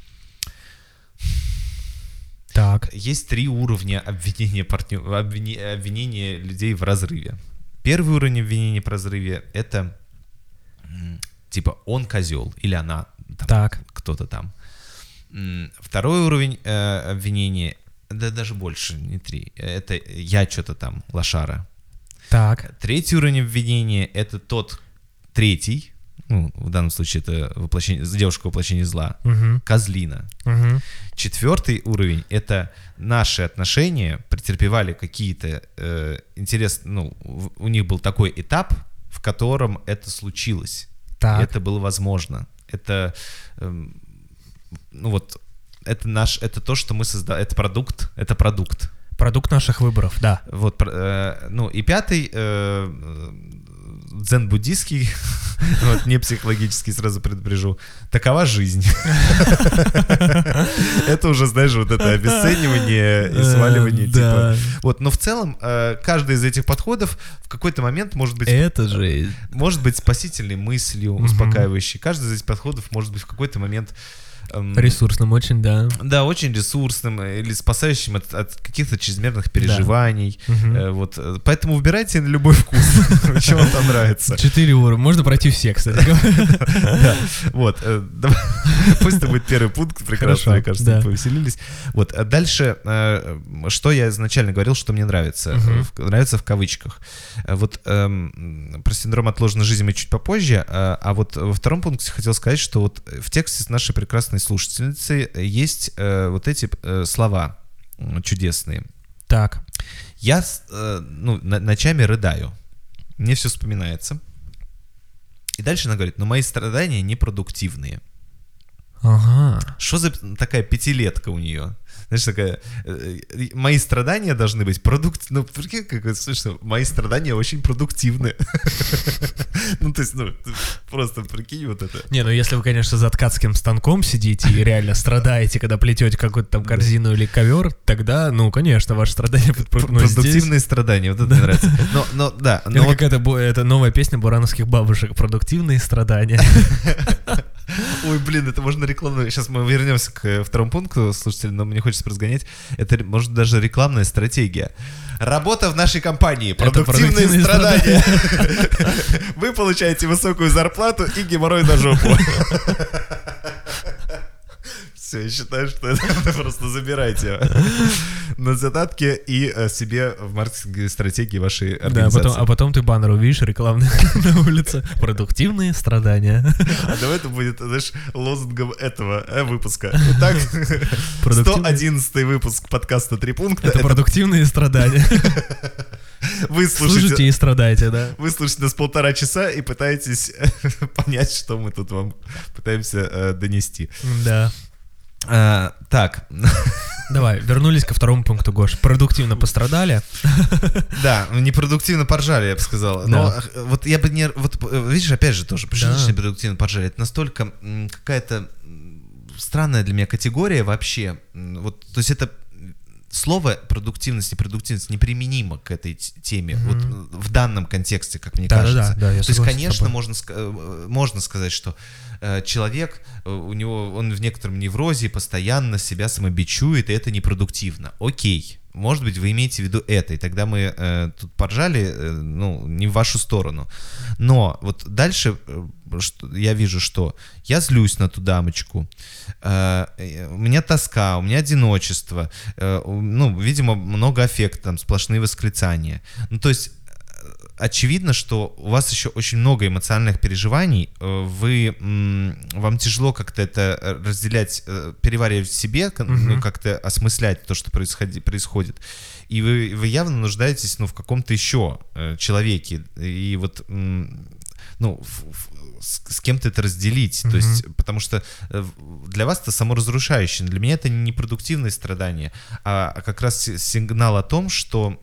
Так. Есть три уровня обвинения, партнер... обвинения людей в разрыве. Первый уровень обвинения в разрыве — это типа он козел или она там, так. кто-то там. Второй уровень э, обвинения, да даже больше, не три, это я что-то там, лошара. Так. Третий уровень обвинения — это тот третий, ну, в данном случае это воплощение, девушка воплощение зла, угу. козлина. Угу. Четвертый уровень — это наши отношения претерпевали какие-то э, интересные, ну, у них был такой этап, в котором это случилось. Так. И это было возможно. Это, э, ну вот, это наш, это то, что мы создали, это продукт, это продукт. Продукт наших выборов, да. Вот, э, ну и пятый, э, дзен-буддийский, вот, не психологический, сразу предупрежу, такова жизнь. Это уже, знаешь, вот это обесценивание и сваливание, типа. Вот, но в целом, каждый из этих подходов в какой-то момент может быть... Это жизнь. Может быть спасительной мыслью, успокаивающей. Каждый из этих подходов может быть в какой-то момент Эм, Ресурсным очень, да. Да, очень ресурсным или спасающим от, от каких-то чрезмерных переживаний. Да. Угу. Э, вот, поэтому выбирайте на любой вкус, что вам там нравится. Четыре уровня. Можно пройти все, кстати говоря. Вот. Пусть это будет первый пункт. Прекрасно, мне кажется, повеселились. Вот. Дальше, что я изначально говорил, что мне нравится. Нравится в кавычках. Вот про синдром отложенной жизни мы чуть попозже, а вот во втором пункте хотел сказать, что вот в тексте нашей прекрасной слушательницы есть вот эти слова чудесные. Так. Я ну, ночами рыдаю. Мне все вспоминается. И дальше она говорит, но мои страдания непродуктивные. Ага. Что за такая пятилетка у нее? Знаешь, такая, э, мои страдания должны быть продуктивны. Ну, прикинь, как это слышно, мои страдания очень продуктивны. Ну, то есть, ну, просто прикинь вот это. Не, ну если вы, конечно, за ткацким станком сидите и реально страдаете, когда плетете какую-то там корзину или ковер, тогда, ну, конечно, ваши страдания будут продуктивные страдания, вот это мне нравится. Но, но, да. Это какая-то это новая песня бурановских бабушек. Продуктивные страдания. Ой, блин, это можно рекламно. Сейчас мы вернемся к второму пункту, слушатели, но мне хочется разгонять. Это, может, даже рекламная стратегия. Работа в нашей компании. Продуктивные, продуктивные страдания. страдания. Вы получаете высокую зарплату и геморрой на жопу. Все, я считаю, что это просто забирайте на задатки и себе в маркетинговой стратегии вашей организации. Да, потом, а потом ты баннер увидишь рекламный на улице. Продуктивные страдания. А давай это будет, знаешь, лозунгом этого э, выпуска. Итак, сто одиннадцатый выпуск подкаста «Три пункта». Это, это продуктивные страдания. Вы слушаете, слушайте и страдаете, да. Вы слушаете нас полтора часа и пытаетесь понять, что мы тут вам пытаемся э, донести. Да. А, так. Давай, вернулись ко второму пункту, Гош. Продуктивно пострадали. Да, непродуктивно поржали, я бы сказал. Но да. Вот я бы не... Вот видишь, опять же тоже, почему да. непродуктивно поржали? Это настолько какая-то странная для меня категория вообще. Вот, то есть это... Слово продуктивность и продуктивность неприменимо к этой теме, mm-hmm. вот в данном контексте, как мне да, кажется. Да, да, То есть, конечно, можно, можно сказать, что э, человек, у него, он в некотором неврозе постоянно себя самобичует, и это непродуктивно. Окей, может быть, вы имеете в виду это, и тогда мы э, тут поржали, э, ну, не в вашу сторону. Но вот дальше э, что, я вижу, что я злюсь на ту дамочку, э, у меня тоска, у меня одиночество, э, ну, видимо, много аффекта, там, сплошные восклицания. Ну, то есть очевидно, что у вас еще очень много эмоциональных переживаний, вы, вам тяжело как-то это разделять, переваривать в себе, uh-huh. ну, как-то осмыслять то, что происходит, происходит. И вы, вы явно нуждаетесь, ну, в каком-то еще человеке, и вот, ну, с, с кем-то это разделить, uh-huh. то есть, потому что для вас это саморазрушающе, для меня это не продуктивные страдания, а, а как раз сигнал о том, что,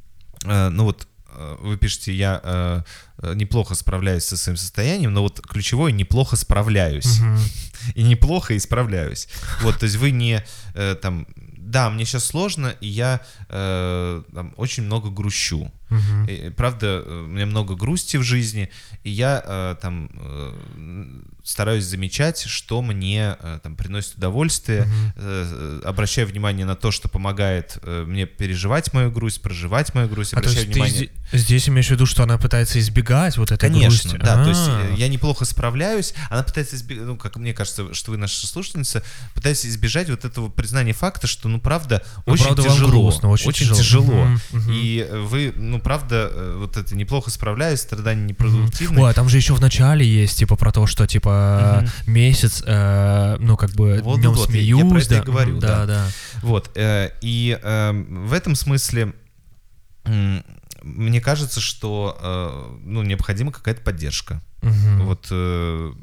ну, вот, вы пишете, я э, неплохо справляюсь со своим состоянием, но вот ключевое — неплохо справляюсь. Uh-huh. И неплохо исправляюсь. Вот, то есть вы не э, там, да, мне сейчас сложно, и я э, там, очень много грущу. Uh-huh. И, правда, у меня много грусти в жизни, и я э, там э, стараюсь замечать, что мне э, там приносит удовольствие, uh-huh. э, обращаю внимание на то, что помогает э, мне переживать мою грусть, проживать мою грусть, а обращаю внимание... Здесь, здесь имеешь в виду, что она пытается избегать вот этой Конечно, грусти? да, А-а-а. то есть я неплохо справляюсь, она пытается избегать, ну, как мне кажется, что вы наша слушательница, пытается избежать вот этого признания факта, что, ну, правда, ну, очень правда, тяжело, грустно, очень, очень тяжело, тяжело. Uh-huh, uh-huh. И вы, ну, правда, вот это неплохо справляюсь, страдания непродуктивны. Ой, а там же еще в начале есть, типа, про то, что, типа, uh-huh. месяц, э, ну, как бы, вот, днем вот, смеюсь. Я про это да, и говорю, да. да. да. Вот, э, и э, в этом смысле э, мне кажется, что э, ну, необходима какая-то поддержка. Uh-huh. Вот э,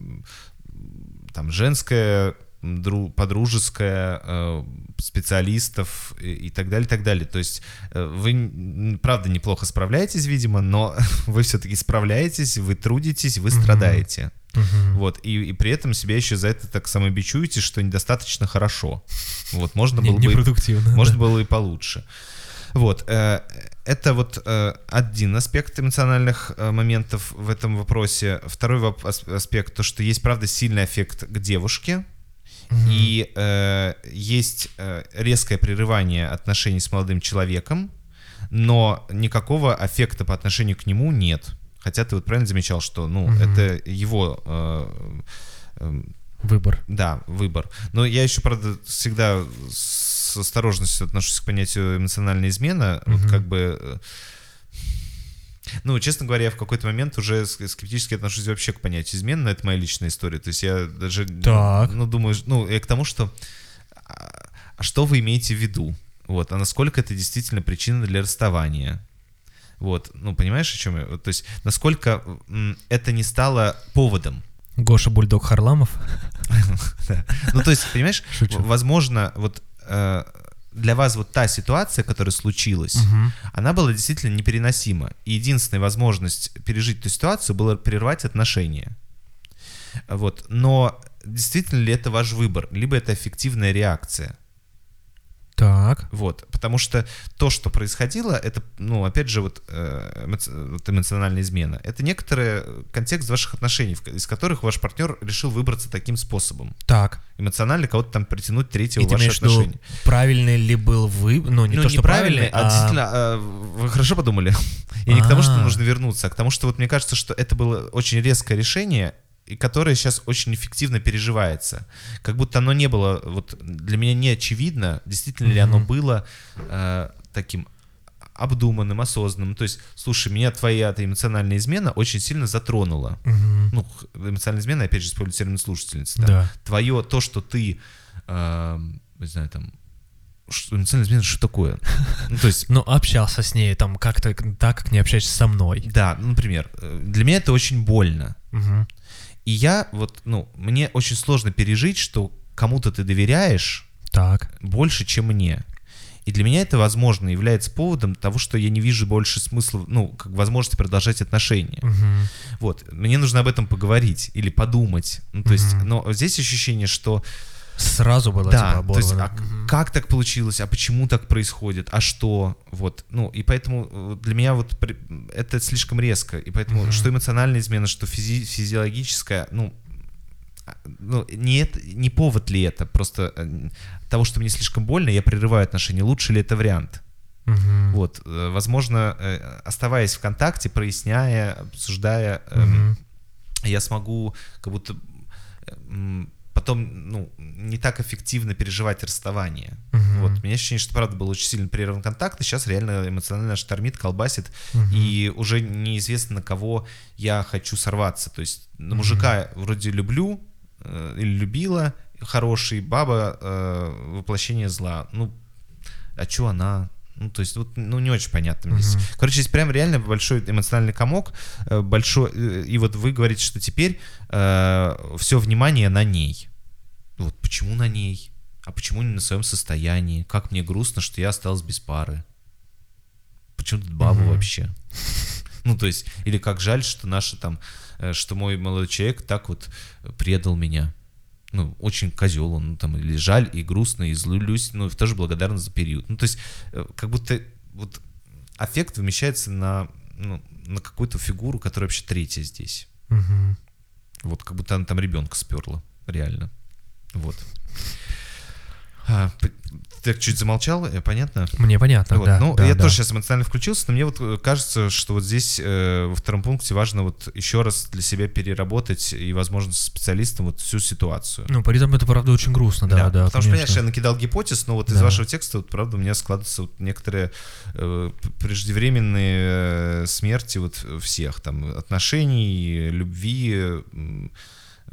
там женская, дру, подружеская, э, специалистов и, и так далее, и так далее. То есть э, вы, правда, неплохо справляетесь, видимо, но вы все-таки справляетесь, вы трудитесь, вы uh-huh. страдаете. Uh-huh. Вот, и, и при этом себя еще за это так самобичуете, что недостаточно хорошо. Вот, можно было бы, может, было и получше. Вот, э, это вот э, один аспект эмоциональных э, моментов в этом вопросе. Второй воп- аспект, то, что есть, правда, сильный аффект к девушке. Угу. И э, есть э, резкое прерывание отношений с молодым человеком, но никакого аффекта по отношению к нему нет. Хотя ты вот правильно замечал, что, ну, угу. это его... Э, э, выбор. Да, выбор. Но я еще, правда, всегда с осторожностью отношусь к понятию эмоциональная измена. Угу. Вот как бы... Ну, честно говоря, я в какой-то момент уже скептически отношусь вообще к понятию измены, но это моя личная история. То есть я даже, так. ну, думаю, ну, я к тому, что, а что вы имеете в виду? Вот, а насколько это действительно причина для расставания? Вот, ну, понимаешь, о чем я? То есть, насколько это не стало поводом? Гоша Бульдог Харламов? Ну, то есть, понимаешь, возможно, вот... для вас вот та ситуация, которая случилась, угу. она была действительно непереносима. И единственная возможность пережить эту ситуацию была прервать отношения. Вот. Но действительно ли это ваш выбор? Либо это аффективная реакция? Так. Вот. Потому что то, что происходило, это, ну, опять же, вот, эмоци... вот эмоциональная измена. Это некоторый контекст ваших отношений, из которых ваш партнер решил выбраться таким способом. Так. Эмоционально кого-то там притянуть третьего в ваши отношения. Виду, правильный ли был вы... Ну, не ну, то, не что правильный, а... а действительно, вы хорошо подумали. И не к тому, что нужно вернуться, а к тому, что вот мне кажется, что это было очень резкое решение, и которое сейчас очень эффективно переживается. Как будто оно не было, вот для меня не очевидно, действительно mm-hmm. ли оно было э, таким обдуманным, осознанным. То есть, слушай, меня твоя эта эмоциональная измена очень сильно затронула. Mm-hmm. Ну, эмоциональная измена, опять же, использую термин слушательницы. Да? Да. Твое, то, что ты, э, не знаю, там, что, эмоциональная измена, что такое? Ну, то есть... ну, общался с ней там как-то так, как не общаешься со мной. Да, например, для меня это очень больно. Mm-hmm. И я вот, ну, мне очень сложно пережить, что кому-то ты доверяешь так. больше, чем мне. И для меня это, возможно, является поводом того, что я не вижу больше смысла, ну, как возможности продолжать отношения. Угу. Вот, мне нужно об этом поговорить или подумать. Ну, то угу. есть, но здесь ощущение, что... Сразу было, да, типа, оборвано. То есть, а угу. как так получилось, а почему так происходит, а что, вот, ну, и поэтому для меня вот это слишком резко, и поэтому угу. что эмоциональная измена, что физи- физиологическая, ну, ну не, это, не повод ли это, просто того, что мне слишком больно, я прерываю отношения, лучше ли это вариант? Угу. Вот, возможно, оставаясь в контакте, проясняя, обсуждая, угу. я смогу как будто... потом, ну, не так эффективно переживать расставание. Uh-huh. Вот. У меня ощущение, что, правда, был очень сильно прерван контакт, и сейчас реально эмоционально штормит, колбасит, uh-huh. и уже неизвестно, на кого я хочу сорваться. То есть на мужика uh-huh. вроде люблю э, или любила, хороший, баба э, воплощение зла. Ну, а чё она... Ну, то есть, вот, ну, не очень понятно. Uh-huh. Короче, здесь прям реально большой эмоциональный комок, большой, и вот вы говорите, что теперь э, все внимание на ней. Вот почему на ней? А почему не на своем состоянии? Как мне грустно, что я осталась без пары. Почему тут баба uh-huh. вообще? Ну, то есть, или как жаль, что наша там, что мой молодой человек так вот предал меня. Ну, очень козел он, ну, там, или жаль, и грустно, и злюсь, ну, тоже благодарен за период. Ну, то есть, как будто вот аффект вымещается на, ну, на какую-то фигуру, которая вообще третья здесь. Угу. Вот, как будто она там ребенка сперла, реально. Вот. А, ты чуть замолчал, понятно? Мне понятно, вот. да. Ну, да, я да. тоже сейчас эмоционально включился, но мне вот кажется, что вот здесь э, во втором пункте важно вот еще раз для себя переработать и, возможно, с специалистом вот всю ситуацию. Ну, по ритму это, правда, очень грустно, да, да, да. Потому конечно. что, понимаешь, я накидал гипотез, но вот да. из вашего текста, вот, правда, у меня складываются вот некоторые э, преждевременные э, смерти вот всех, там, отношений, любви, э, э,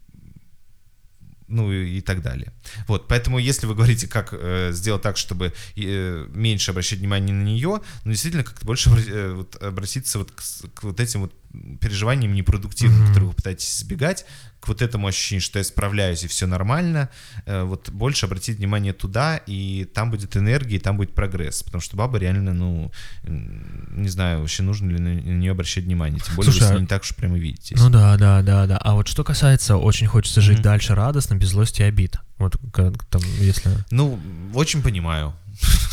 ну и так далее. Вот, поэтому если вы говорите, как э, сделать так, чтобы э, меньше обращать внимание на нее, ну действительно как-то больше э, вот, обратиться вот к, к вот этим вот переживаниям непродуктивным, mm-hmm. которые вы пытаетесь избегать, к вот этому ощущению, что я справляюсь и все нормально, э, вот больше обратить внимание туда, и там будет энергия, и там будет прогресс, потому что баба реально, ну, не знаю, вообще нужно ли на нее обращать внимание, тем более Слушай, вы с ней не так уж прямо видитесь. Ну да, да, да, да. А вот что касается, очень хочется жить mm-hmm. дальше радостно, без злости и обид. Вот как там, если... Ну, очень понимаю.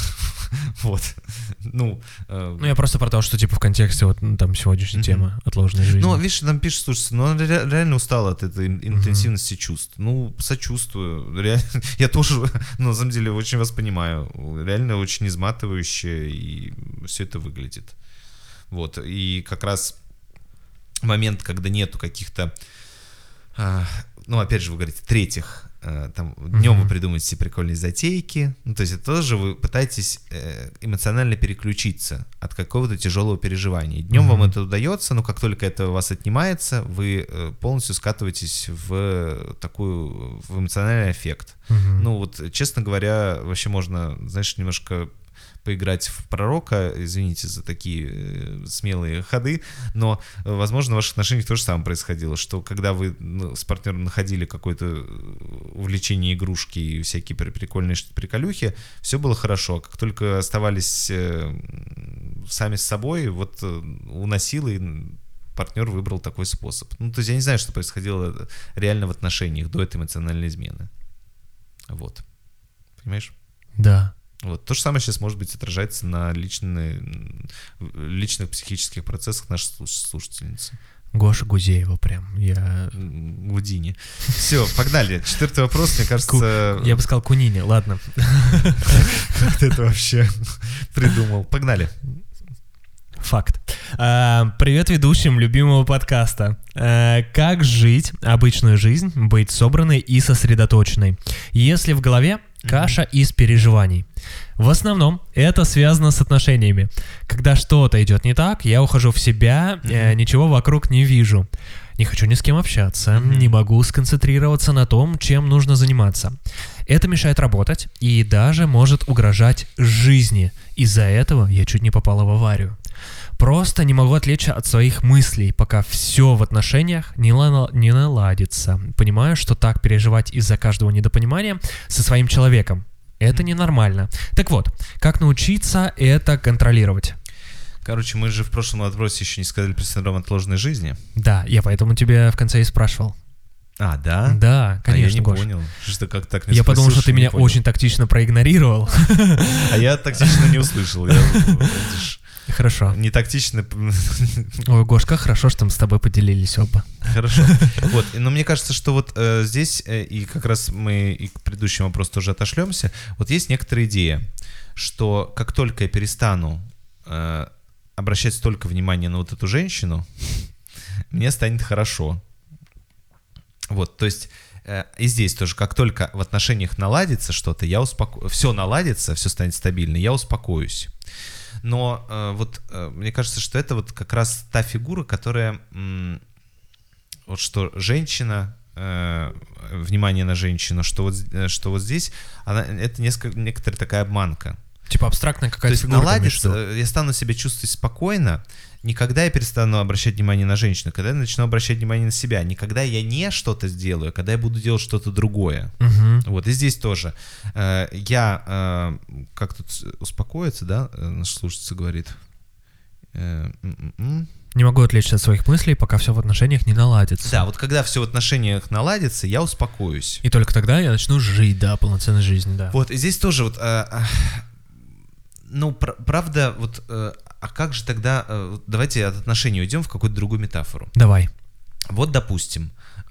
Вот. Ну, э... ну, я просто про то, что, типа, в контексте вот ну, там сегодняшней mm-hmm. темы отложенной жизни. Ну, видишь, там пишет, слушай, ну, он ре- реально устал от этой интенсивности mm-hmm. чувств. Ну, сочувствую. Реально, я тоже, ну, на самом деле, очень вас понимаю. Реально очень изматывающе, и все это выглядит. Вот. И как раз момент, когда нету каких-то, э, ну, опять же, вы говорите, третьих, там днем mm-hmm. вы придумываете все прикольные затейки, ну, то есть это тоже вы пытаетесь э, эмоционально переключиться от какого-то тяжелого переживания. Днем mm-hmm. вам это удается, но как только это у вас отнимается, вы э, полностью скатываетесь в такую, в эмоциональный эффект. Mm-hmm. Ну вот, честно говоря, вообще можно, знаешь, немножко поиграть в пророка, извините за такие э, смелые ходы, но, э, возможно, в ваших отношениях то же самое происходило, что когда вы ну, с партнером находили какое-то увлечение игрушки и всякие прикольные приколюхи, все было хорошо. Как только оставались э, сами с собой, вот э, уносило, и партнер выбрал такой способ. Ну, то есть я не знаю, что происходило реально в отношениях до этой эмоциональной измены. Вот. Понимаешь? Да. Вот. То же самое сейчас, может быть, отражается на личные, личных психических процессах нашей слушательницы. Гоша Гузеева прям, я... Гудини. Все, погнали. Четвертый вопрос, мне кажется... Ку... Я бы сказал Кунини, ладно. Как ты это вообще придумал? Погнали. Факт. А, привет ведущим любимого подкаста. А, как жить обычную жизнь, быть собранной и сосредоточенной, если в голове каша из переживаний? В основном это связано с отношениями. Когда что-то идет не так, я ухожу в себя, mm-hmm. ничего вокруг не вижу. Не хочу ни с кем общаться, mm-hmm. не могу сконцентрироваться на том, чем нужно заниматься. Это мешает работать и даже может угрожать жизни. Из-за этого я чуть не попала в аварию. Просто не могу отвлечься от своих мыслей, пока все в отношениях не, ла- не наладится. Понимаю, что так переживать из-за каждого недопонимания со своим человеком — это ненормально. Так вот, как научиться это контролировать? Короче, мы же в прошлом вопросе еще не сказали про синдром отложенной жизни. Да, я поэтому тебя в конце и спрашивал. А, да? Да, конечно, а я не Гош. понял. Что как так не Я спросил, подумал, что ты меня понял. очень тактично проигнорировал. А я тактично не услышал. Хорошо. Не тактично. Ой, Гош, как хорошо, что мы с тобой поделились оба. Хорошо. Вот, но мне кажется, что вот э, здесь, э, и как раз мы и к предыдущему вопросу тоже отошлемся, вот есть некоторая идея, что как только я перестану э, обращать столько внимания на вот эту женщину, мне станет хорошо. Вот, то есть э, и здесь тоже, как только в отношениях наладится что-то, я успоко... все наладится, все станет стабильно, я успокоюсь. Но э, вот э, мне кажется, что это вот как раз та фигура, которая м, вот что женщина, э, внимание на женщину, что вот, что вот здесь, она, это несколько, некоторая такая обманка. Типа абстрактная какая-то фигура. То есть наладится, я стану себя чувствовать спокойно, не когда я перестану обращать внимание на женщину, когда я начну обращать внимание на себя, не когда я не что-то сделаю, а когда я буду делать что-то другое. Угу. Вот, и здесь тоже. Э, я, э, как тут успокоиться, да, наш слушатель говорит. Э, не могу отвлечься от своих мыслей, пока все в отношениях не наладится. Да, вот когда все в отношениях наладится, я успокоюсь. И только тогда я начну жить, да, полноценной жизнью, да. Вот, и здесь тоже вот, э, э, ну, пр- правда, вот... Э, А как же тогда, давайте от отношений уйдем в какую-то другую метафору. Давай. Вот, допустим...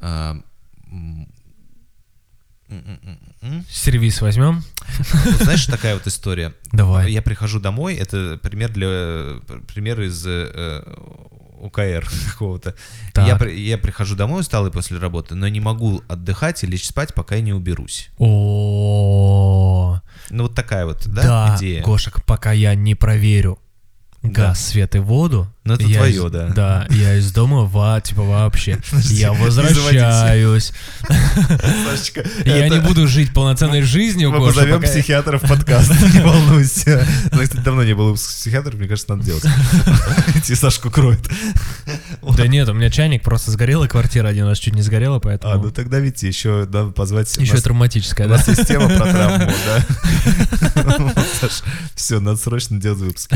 Сервис возьмем. Вот, знаешь, такая вот история. Давай. Я прихожу домой, это пример, для, пример из э, ОКР какого-то. Я, я прихожу домой усталый после работы, но не могу отдыхать и лечь спать, пока я не уберусь. О. Ну вот такая вот, да, да, идея? Гошек, пока я не проверю газ, да. свет и воду. Ну это я твое, из, да. Да, я из дома, ва, типа вообще. Я возвращаюсь. Сашечка, я не буду жить полноценной жизнью. Мы позовем психиатра в подкаст, не волнуйся. Кстати, давно не было психиатра, мне кажется, надо делать. Тебе Сашку кроют. Да нет, у меня чайник просто сгорел, и квартира один раз чуть не сгорела, поэтому... А, ну тогда ведь еще надо позвать... Еще и травматическая, да? У нас есть тема про травму, да? Саш, все, надо срочно делать выпуск.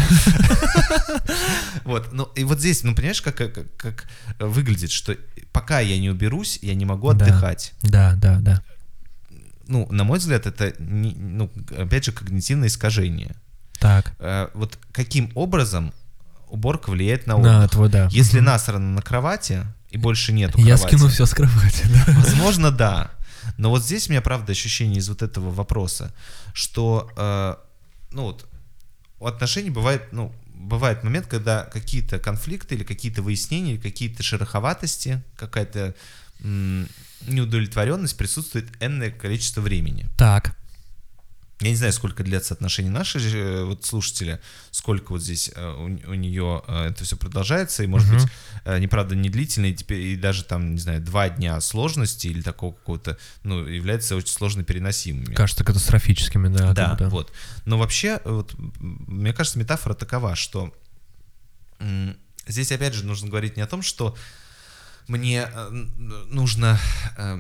Вот, ну и вот здесь, ну понимаешь, как, как, как выглядит, что пока я не уберусь, я не могу отдыхать. Да, да, да. Ну, на мой взгляд, это, не, ну, опять же, когнитивное искажение. Так. Э, вот каким образом уборка влияет на отдых? На твой, да. Если Мгм. насрано на кровати и больше нету Я кровати, скину все с кровати, да. возможно, да. Но вот здесь у меня, правда, ощущение из вот этого вопроса, что, э, ну вот, у отношений бывает, ну, бывает момент, когда какие-то конфликты или какие-то выяснения, или какие-то шероховатости, какая-то м, неудовлетворенность присутствует энное количество времени. Так. Я не знаю, сколько длятся отношения нашей э, вот слушателя, сколько вот здесь э, у, у нее э, это все продолжается, и, может Мгм. быть, э, неправда, не длительно, и, теперь, и даже там, не знаю, два дня сложности или такого какого-то, ну, является очень сложно переносимыми. Кажется катастрофическими, да. Да, как бы, да. вот. Но вообще, вот, м, мне кажется, метафора такова, что м, здесь, опять же, нужно говорить не о том, что мне э, н- нужно... э,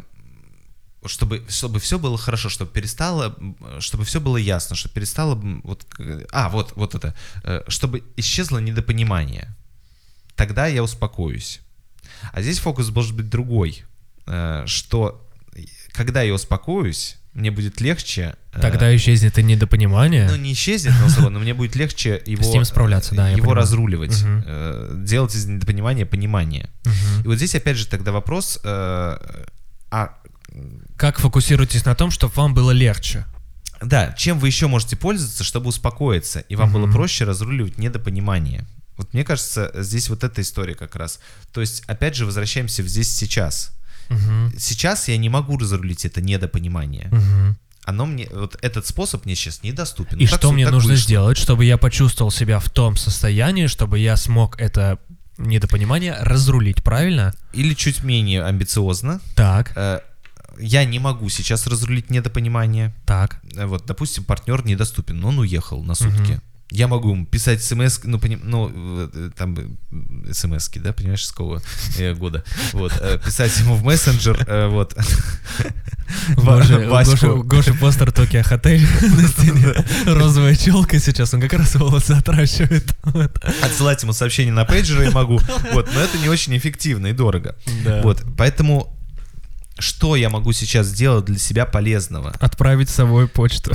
чтобы, чтобы все было хорошо, чтобы перестало, чтобы все было ясно, чтобы перестало, вот, а, вот, вот это, э, чтобы исчезло недопонимание. Тогда я успокоюсь. А здесь фокус должен быть другой, э, что когда я успокоюсь, мне будет легче... э, Тогда исчезнет и недопонимание. Ну, не исчезнет, но, условно, но мне будет легче его, С ним справляться, да, я его понимаю. разруливать, Мгм. э, делать из недопонимания понимание. Мгм. И вот здесь, опять же, тогда вопрос, э, а Как фокусируйтесь на том, чтобы вам было легче? да, чем вы еще можете пользоваться, чтобы успокоиться, и вам было Мгм. проще разруливать недопонимание. Вот мне кажется, здесь вот эта история как раз. То есть, опять же, возвращаемся в здесь сейчас. Мгм. Сейчас я не могу разрулить это недопонимание. Мгм. Оно мне, вот этот способ мне сейчас недоступен. И Ну, так что су- мне так нужно вышло. сделать, чтобы я почувствовал себя в том состоянии, чтобы я смог это недопонимание разрулить, правильно? Или чуть менее амбициозно. Так, Э, Я не могу сейчас разрулить недопонимание. так. Э, Вот, допустим, партнер недоступен, но он уехал на сутки. Мгм. Я могу ему писать смс, ну, поним, ну э, там э, смс-ки, да, понимаешь, с какого э, года. Вот, э, писать ему в мессенджер, э, вот. Гоша, Ваську. Гоша, Гоша постер Токио Хотель на стене. Розовая челка сейчас, он как раз волосы отращивает. Вот. Отсылать ему сообщение на пейджер я могу. Вот, но это не очень эффективно и дорого. Да. Вот, поэтому что я могу сейчас сделать для себя полезного? Отправить с собой почту.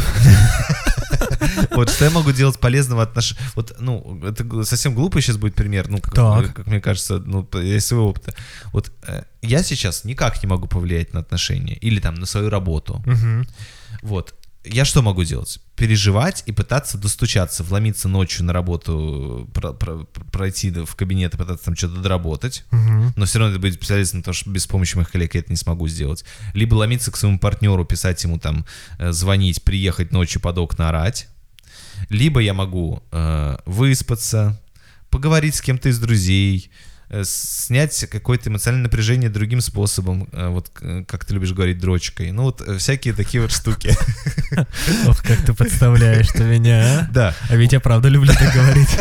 Вот, что я могу делать полезного отнош... Вот, ну, это совсем глупый сейчас будет пример, ну, как, Так. как мне кажется, ну, из своего опыта. Вот э, я сейчас никак не могу повлиять на отношения или там на свою работу. Мгм. Вот. Я что могу делать? Переживать и пытаться достучаться, вломиться ночью на работу, про- про- пройти в кабинет и пытаться там что-то доработать. Мгм. Но все равно это будет специалистом, потому что без помощи моих коллег я это не смогу сделать. Либо ломиться к своему партнеру, писать ему там, э, звонить, приехать ночью под окна орать. Либо я могу э, выспаться, поговорить с кем-то из друзей, э, снять какое-то эмоциональное напряжение другим способом, э, вот э, как ты любишь говорить, дрочкой. Ну вот э, всякие такие вот штуки. Ох, как ты подставляешь-то меня, а? Да. А ведь я правда люблю так говорить.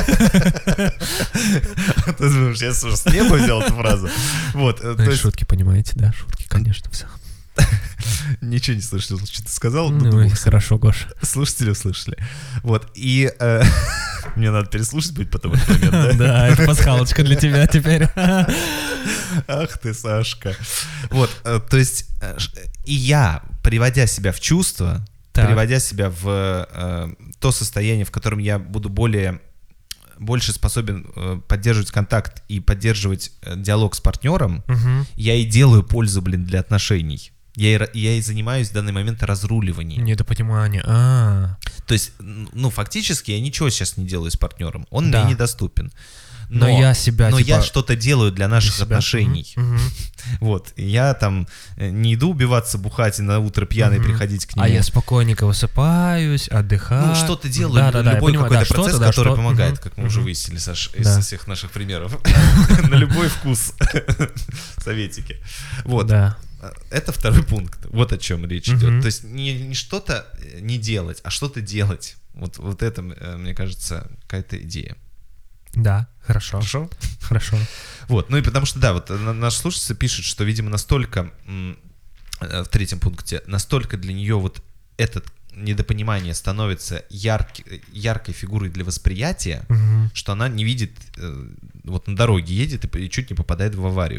Ты думаешь, я с неба взял эту фразу? Вот, э, то Ну, есть шутки, понимаете, да? Шутки, конечно, все. ничего не слышал, что ты сказал. Ну, думаю, и хорошо, Гоша. слушатели услышали. Вот, и э, мне надо переслушать будет потом этот момент, да? Да, это пасхалочка для тебя теперь. Ах ты, Сашка. Вот, э, то есть, э, ш- и я, приводя себя в чувство, Так. приводя себя в э, то состояние, в котором я буду более, больше способен э, поддерживать контакт и поддерживать э, диалог с партнером, Мгм. я и делаю пользу, блин, для отношений. Я и, ра- я и занимаюсь в данный момент разруливанием. Недопонимание. А, То есть, н- ну, фактически я ничего сейчас не делаю с партнером. Он Да. мне недоступен. Но я себя, Но типа, я что-то делаю для наших для себя. отношений. Мгм, мгм. Вот. И я там э, не иду убиваться, бухать и на утро пьяный Мгм. приходить к нему. А я спокойненько высыпаюсь, отдыхаю. Ну, что-то делаю, Да, да, да, я любой понимаю, какой-то да, процесс, что-то, да, который что- помогает, мгм, как мы уже мгм. выяснили, Саш, из Да. всех наших примеров. На любой вкус. Советики. Вот. Да. Это второй пункт. Вот о чем речь Мгм. идет. То есть не, не что-то не делать, а что-то делать. Вот, вот это, э, мне кажется, какая-то идея. Да, хорошо. Хорошо? Хорошо. Вот, ну и потому что, да, вот на- наш слушатель пишет, что, видимо, настолько, м, э, в третьем пункте, настолько для нее вот это недопонимание становится ярки- яркой фигурой для восприятия, Мгм. что она не видит, э, вот на дороге едет и, п- и чуть не попадает в аварию. То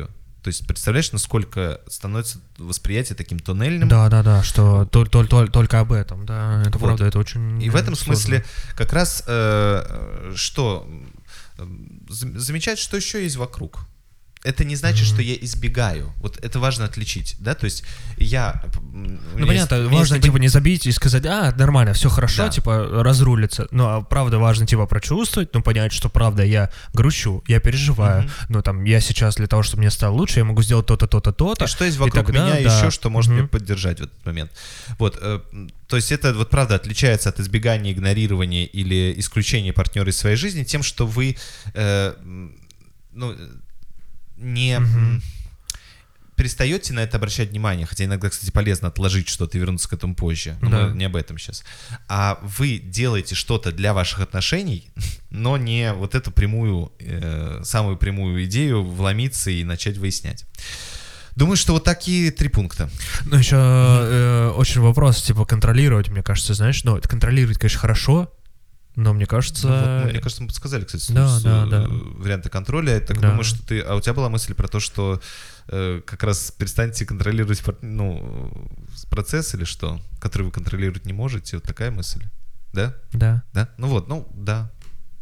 То есть представляешь, насколько становится восприятие таким туннельным? Да-да-да, что только, только, только об этом, да, это вот. Правда, это очень И в этом сложно. смысле как раз э, что? Замечать, что еще есть вокруг. Это не значит, mm-hmm. что я избегаю. Вот это важно отличить, да, то есть я... Ну, понятно, есть, важно, есть... типа, не забить и сказать, а, нормально, все хорошо, да. типа, разрулиться. Ну, а правда важно, типа, прочувствовать, ну, понять, что, правда, я грущу, я переживаю, mm-hmm. ну, там, я сейчас для того, чтобы мне стало лучше, я могу сделать то-то, то-то, то-то. И что есть вокруг тогда, меня да. еще, что может mm-hmm. меня поддержать в этот момент. Вот, э, то есть это, вот, правда, отличается от избегания, игнорирования или исключения партнера из своей жизни тем, что вы, э, ну... не mm-hmm. перестаете на это обращать внимание, хотя иногда, кстати, полезно отложить что-то и вернуться к этому позже, но да. мы не об этом сейчас. А вы делаете что-то для ваших отношений, но не вот эту прямую, э, самую прямую идею вломиться и начать выяснять. Думаю, что вот такие три пункта. Ну, еще э, очень вопрос, типа, контролировать, мне кажется, знаешь, ну, контролировать, конечно, хорошо, но мне кажется... Ну, вот, ну, мне кажется, мы подсказали, кстати, да, с, да, да. варианты контроля. Я так да. думаю, что ты... А у тебя была мысль про то, что э, как раз перестаньте контролировать ну, процесс или что, который вы контролировать не можете. Вот такая мысль. Да? Да. Да? Ну вот, ну да.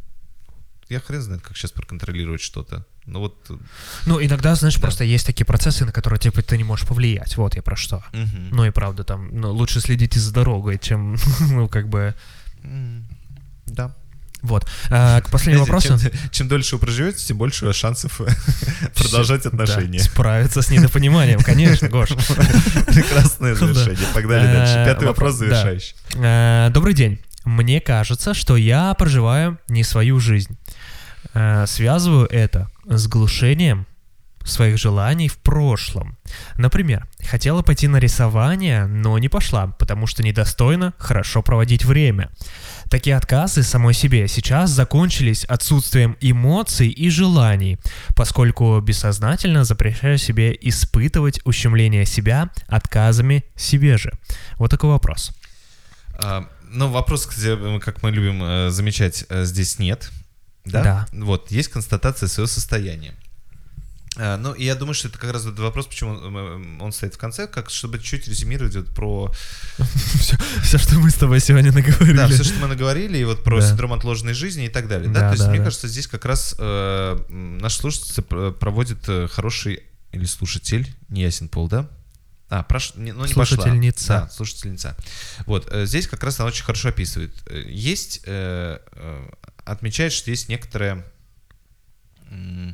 Я хрен знает, как сейчас проконтролировать что-то. Ну вот... Ну, иногда, знаешь, да. просто есть такие процессы, на которые типа, ты не можешь повлиять. Вот я про что. Угу. Ну и правда, там, ну, лучше следите за дорогой, чем, ну, как бы... Да. Вот. А, к последнему вопросу. Чем, чем дольше вы проживете, тем больше шансов продолжать отношения. Да, справиться с недопониманием, конечно, Гош. Прекрасное завершение. Погнали дальше. Пятый вопрос завершающий. Добрый день. Мне кажется, что я проживаю не свою жизнь. Связываю это с глушением своих желаний в прошлом. Например, хотела пойти на рисование, но не пошла, потому что недостойно хорошо проводить время. Такие отказы самой себе сейчас закончились отсутствием эмоций и желаний, поскольку бессознательно запрещаю себе испытывать ущемление себя отказами себе же. Вот такой вопрос. А, ну, вопрос, кстати, как мы любим э, замечать, э, здесь нет. Да? Да. Вот, есть констатация своего состояния. А, ну, и я думаю, что это как раз этот вопрос, почему он, он стоит в конце, как чтобы чуть резюмировать вот про... все, все, что мы с тобой сегодня наговорили. Да, все, что мы наговорили, и вот про да. синдром отложенной жизни и так далее. Да, да то есть да, мне да. кажется, здесь как раз э, наш слушатель проводит хороший, или слушатель, не ясен пол, да? А, прош... ну, не слушательница. Пошла. Да, слушательница. Вот, э, здесь как раз она очень хорошо описывает. Есть, э, э, отмечает, что есть некоторое... М-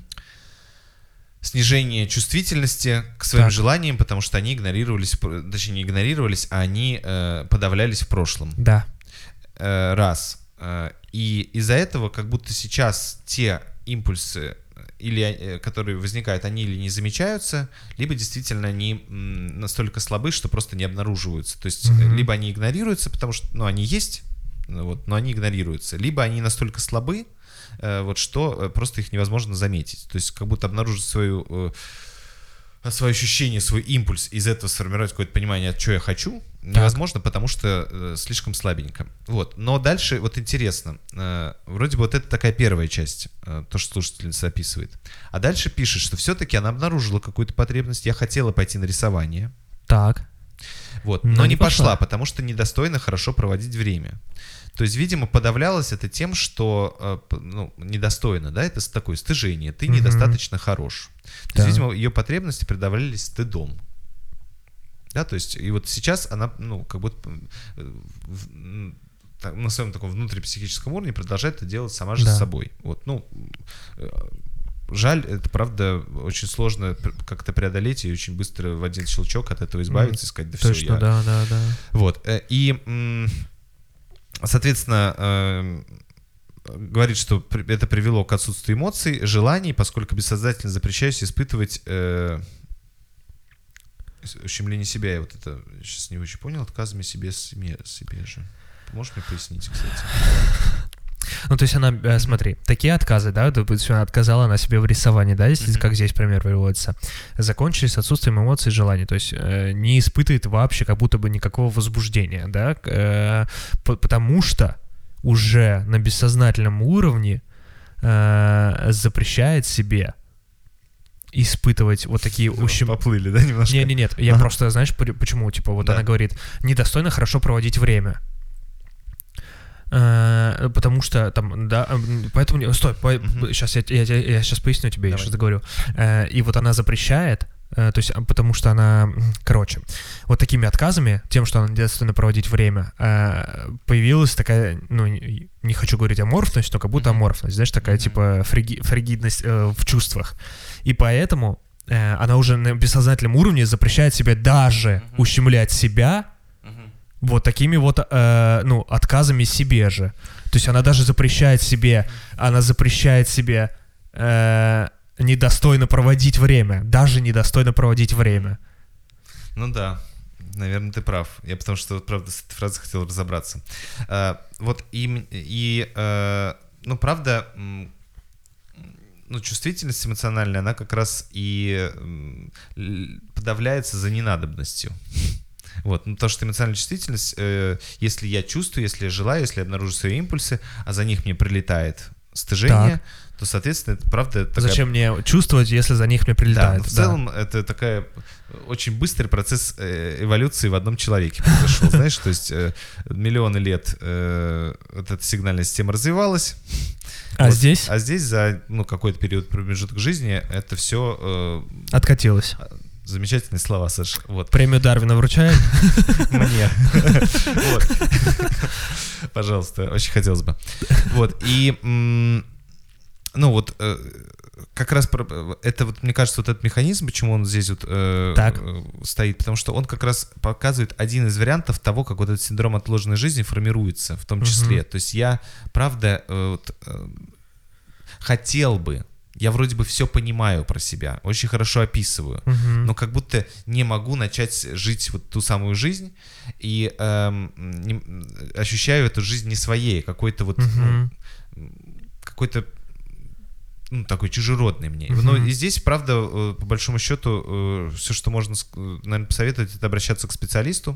снижение чувствительности к своим так. желаниям, потому что они игнорировались, точнее не игнорировались, а они э, подавлялись в прошлом. Да. Э, раз. Э, и из-за этого как будто сейчас те импульсы, или, э, которые возникают, они или не замечаются, либо действительно они м, настолько слабы, что просто не обнаруживаются. То есть mm-hmm. либо они игнорируются, потому что ну, они есть, вот, но они игнорируются, либо они настолько слабы, вот что просто их невозможно заметить. То есть как будто обнаружить свою, свое ощущение, свой импульс, из этого сформировать какое-то понимание, что я хочу, невозможно, так. потому что слишком слабенько. Вот. Но дальше вот интересно. Вроде бы вот это такая первая часть, то, что слушательница описывает. А дальше пишет, что все-таки она обнаружила какую-то потребность. Я хотела пойти на рисование. Так. Вот. Но, но не, не пошла, пошла, потому что недостойно хорошо проводить время. То есть, видимо, подавлялось это тем, что ну, недостойно, да, это такое стыжение, ты mm-hmm. недостаточно хорош. То да. есть, видимо, ее потребности подавлялись стыдом. Да, то есть, и вот сейчас она, ну, как будто на своем таком внутрипсихическом уровне продолжает это делать сама же да. с собой. Вот, ну, жаль, это правда очень сложно как-то преодолеть и очень быстро в один щелчок от этого избавиться mm-hmm. и сказать, да Точно, все, я... да, да, да. Вот, и... Соответственно, э, говорит, что это привело к отсутствию эмоций, желаний, поскольку бессознательно запрещаюсь испытывать э, ущемление себя. Я вот это сейчас не очень понял, отказами себе, себе, себе же. Можешь мне пояснить, кстати? Ну, то есть она, э, смотри, такие отказы, да, то есть она отказала она себе в рисовании, да, если, mm-hmm. как здесь пример приводится, закончились отсутствием эмоций и желаний, то есть э, не испытывает вообще как будто бы никакого возбуждения, да, э, по- потому что уже на бессознательном уровне э, запрещает себе испытывать вот такие Ну, ущем... Поплыли, да, немножко? Не, не, нет, я Ага. просто, знаешь, пр- почему, типа, вот Да. она говорит, недостойно хорошо проводить время. Э, Потому что там, да, м, поэтому, не- стой, Мгм. сейчас я, я, я сейчас поясню тебе, я Давай. сейчас договорю. Э, И вот она запрещает, э, то есть, а, потому что она, м, короче, вот такими отказами, тем, что она недостойно проводить время, э, появилась такая, ну, не не хочу говорить аморфность, но как будто Мгм. аморфность, знаешь, такая, Мгм. типа, фриги- фригидность э, в чувствах. И поэтому э, она уже на бессознательном уровне запрещает себе даже Мгм. ущемлять себя Мгм. вот такими вот, э, ну, отказами себе же. То есть она даже запрещает себе, она запрещает себе э, недостойно проводить время, даже недостойно проводить время. Ну да, наверное, ты прав. Я потому что, вот, правда, с этой фразой хотел разобраться. А, вот и, м- и э, ну, правда, м, ну, чувствительность эмоциональная, она как раз и м, л- подавляется за ненадобностью. Вот, ну, потому что эмоциональная чувствительность, э, если я чувствую, если я желаю, если я обнаружу свои импульсы, а за них мне прилетает стыжение, то, соответственно, это правда такая... Зачем мне чувствовать, если за них мне Да, прилетает? но в целом это такая очень быстрый процесс э, эволюции в одном человеке произошел, знаешь, то есть э, миллионы лет э, вот эта сигнальная система развивалась. А Вот. здесь А здесь за ну, какой-то период промежуток жизни это все откатилось. замечательные слова, Саша. Вот. Премию Дарвина вручаем? Мне. Вот. Пожалуйста, очень хотелось бы. Вот. И м, ну вот э, как раз про- это вот, мне кажется, вот этот механизм, почему он здесь вот э, Так. э, стоит, потому что он как раз показывает один из вариантов того, как вот этот синдром отложенной жизни формируется, в том числе. Мгм. То есть я, правда, э, вот, э, хотел бы, я вроде бы все понимаю про себя, очень хорошо описываю, Мгм. но как будто не могу начать жить вот ту самую жизнь и эм, не- ощущаю эту жизнь не своей, какой-то вот, Мгм. ну, какой-то ну, такой чужеродный мне. Мгм. Но и здесь, правда, э, по большому счету, все, что можно, наверное, посоветовать, это обращаться к специалисту.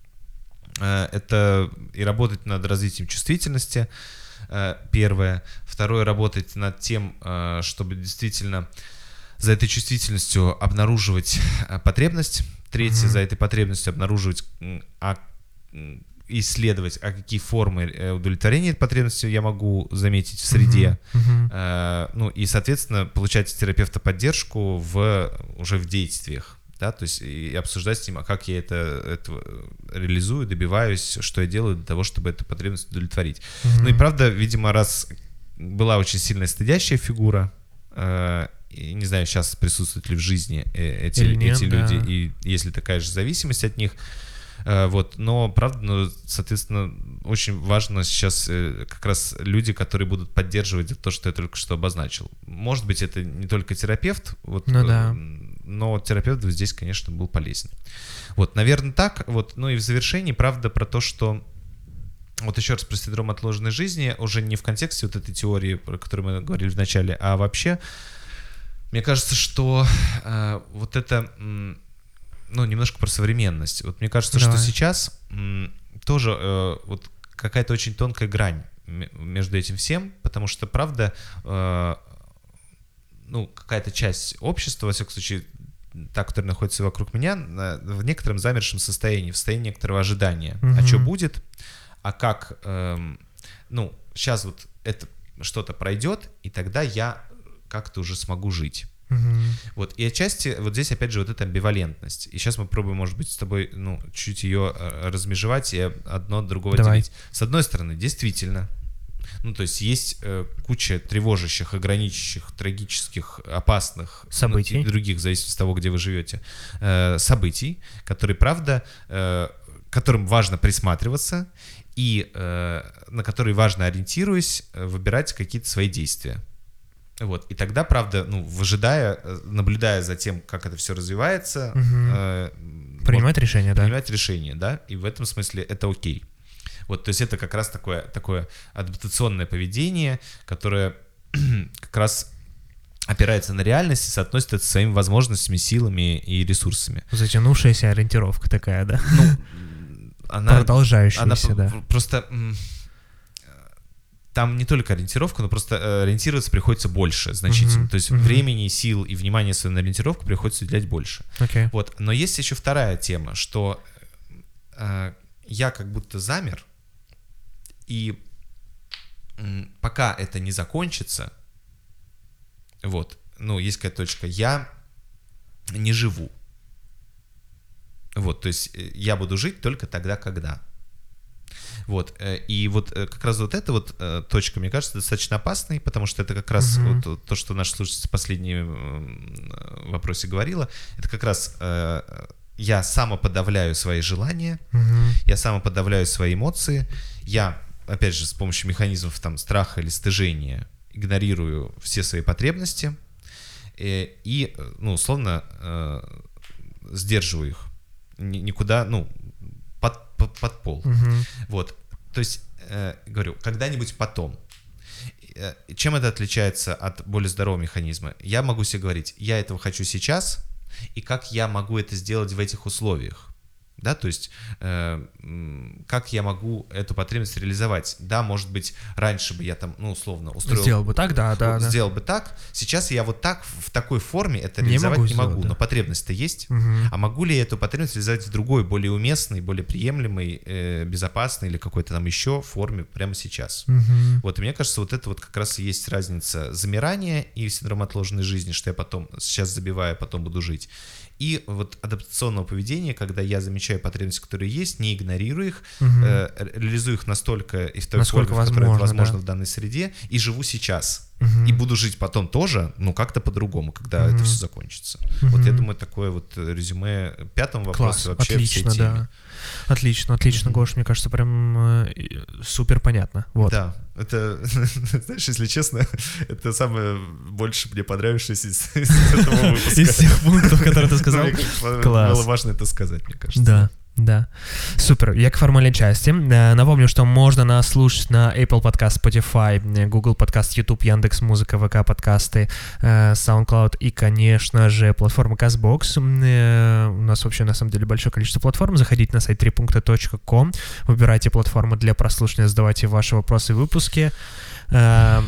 Э, Это и работать над развитием чувствительности, э, первое. Второе, работать над тем, э, чтобы действительно за этой чувствительностью обнаруживать э, потребность. Третье, Мгм. за этой потребностью обнаруживать, м, а, м, исследовать, а какие формы э, удовлетворения этой потребности я могу заметить в среде. Мгм. Э, Ну и, соответственно, получать от терапевта поддержку в, уже в действиях. Да, то есть и обсуждать с ним, а как я это, это реализую, добиваюсь, что я делаю для того, чтобы эту потребность удовлетворить. Мгм. Ну и правда, видимо, раз была очень сильная стыдящая фигура, э, и не знаю, сейчас присутствуют ли в жизни э, эти, Или нет, эти да. люди, и есть ли такая же зависимость от них, э, вот, но правда, ну, соответственно, очень важно сейчас э, как раз люди, которые будут поддерживать то, что я только что обозначил. Может быть, это не только терапевт, вот, Ну да. э, но терапевт здесь, конечно, был полезен. Вот, наверное, так. Вот, ну и в завершении, правда, про то, что вот еще раз про синдром отложенной жизни, уже не в контексте вот этой теории, про которую мы говорили в начале, а вообще, мне кажется, что э, вот это, м, ну, немножко про современность. Вот мне кажется, Давай. что сейчас м, тоже э, вот какая-то очень тонкая грань м- между этим всем, потому что, правда, э, ну, какая-то часть общества, во всяком случае, та, которая находится вокруг меня, на- в некотором замершем состоянии, в состоянии некоторого ожидания. А Мгм. что будет? А как, эм, ну, сейчас вот это что-то пройдет, и тогда я как-то уже смогу жить. Мгм. Вот, и отчасти вот здесь, опять же, вот эта амбивалентность. И сейчас мы пробуем, может быть, с тобой, ну, чуть ее э, размежевать и одно от другого Давай. делить. С одной стороны, действительно, ну, то есть есть э, куча тревожащих, ограничивающих, трагических, опасных Событий. ну, и других, в зависимости от того, где вы живете, э, событий, которые, правда, э, к которым важно присматриваться и э, на которые важно, ориентируясь, э, выбирать какие-то свои действия. Вот. И тогда, правда, ну, выжидая, э, наблюдая за тем, как это все развивается, Мгм. э, Принимать решение, да? принимать решения, да, и в этом смысле это окей. Вот, то есть это как раз такое, такое адаптационное поведение, которое как раз опирается на реальность и соотносит это со своими возможностями, силами и ресурсами. Затянувшаяся ориентировка такая, да? Ну, она, Продолжающаяся, она да. п- просто м, там не только ориентировка, но просто э, ориентироваться приходится больше значительно. Mm-hmm. То есть mm-hmm. времени, сил и внимания своей на ориентировку приходится уделять больше. Okay. Вот. Но есть еще вторая тема, что э, я как будто замер, и э, пока это не закончится, вот, ну, есть какая-то точка, я не живу. Вот, то есть я буду жить только тогда, когда. Вот, и вот как раз вот эта вот точка, мне кажется, достаточно опасной, потому что это как раз uh-huh. вот то, что наша слушательница в последнем вопросе говорила, это как раз я самоподавляю свои желания, uh-huh. я самоподавляю свои эмоции, я, опять же, с помощью механизмов там страха или стыжения игнорирую все свои потребности и, и ну, условно, сдерживаю их, никуда, ну, под, под, под пол. Uh-huh. Вот. То есть, э, говорю, когда-нибудь потом. Э, чем это отличается от более здорового механизма? Я могу себе говорить, я этого хочу сейчас, и как я могу это сделать в этих условиях? Да, то есть, э, как я могу эту потребность реализовать? Да, может быть, раньше бы я там, ну, условно, устроил... Сделал бы так, да, да. Сделал да. бы так. Сейчас я вот так, в такой форме это не реализовать могу не сделать, могу. да. Но потребность-то есть. Угу. А могу ли я эту потребность реализовать в другой, более уместной, более приемлемой, э, безопасной или какой-то там еще форме прямо сейчас? Угу. Вот, и мне кажется, вот это вот как раз и есть разница замирания и синдрома отложенной жизни, что я потом, сейчас забиваю, потом буду жить. И вот адаптационного поведения, когда я замечаю потребности, которые есть, не игнорирую их, угу. э, реализую их настолько и в той насколько форме, в которой это возможно да. в данной среде, и живу сейчас. Угу. И буду жить потом тоже, ну, как-то по-другому, когда угу. это все закончится. Угу. Вот я думаю, такое вот резюме пятому вопросу вообще отлично, всей теме. Да. Отлично, отлично, угу. Гош, мне кажется, прям э, супер понятно. Вот. Да, это, знаешь, если честно, это самое больше мне понравившееся из, из этого выпуска. Из тех пунктов, которые ты сказал. Класс. Было важно это сказать, мне кажется. Да. Да, супер. Я к формальной части. Напомню, что можно нас слушать на Apple Podcast, Spotify, Google Podcast, YouTube, Яндекс.Музыка, ВК подкасты, SoundCloud и, конечно же, платформа CastBox. У нас вообще, на самом деле, большое количество платформ. Заходите на сайт три пункта точка ком, выбирайте платформу для прослушивания, задавайте ваши вопросы в выпуске. Да,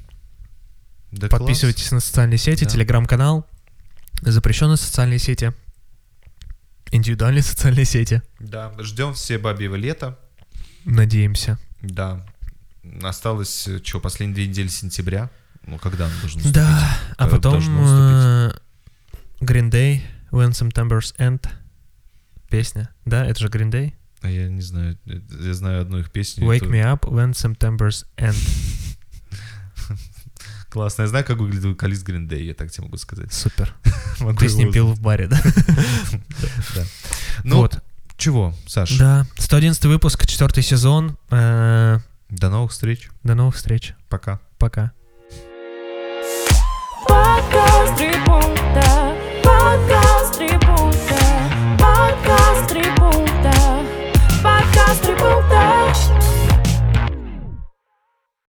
подписывайтесь класс. На социальные сети, да. Телеграм-канал, запрещенные социальные сети. Индивидуальные социальные сети. Да, ждем все бабьего лета. Надеемся. Да. Осталось, что, последние две недели сентября. Ну, когда он должен наступить? Да, а потом uh, Green Day, When September's End. Песня. Да, это же Green Day? А я не знаю. Я знаю одну их песню. Wake это... me up when September's End. Классно. Я знаю, как выглядит вокалист Green Day, я так тебе могу сказать. Супер. Ты с ним пил в баре, да? Да. Ну, вот. Чего, Саша? Да. сто одиннадцатый выпуск, четвертый сезон. До новых встреч. До новых встреч. Пока. Пока. Подкаст три пункта.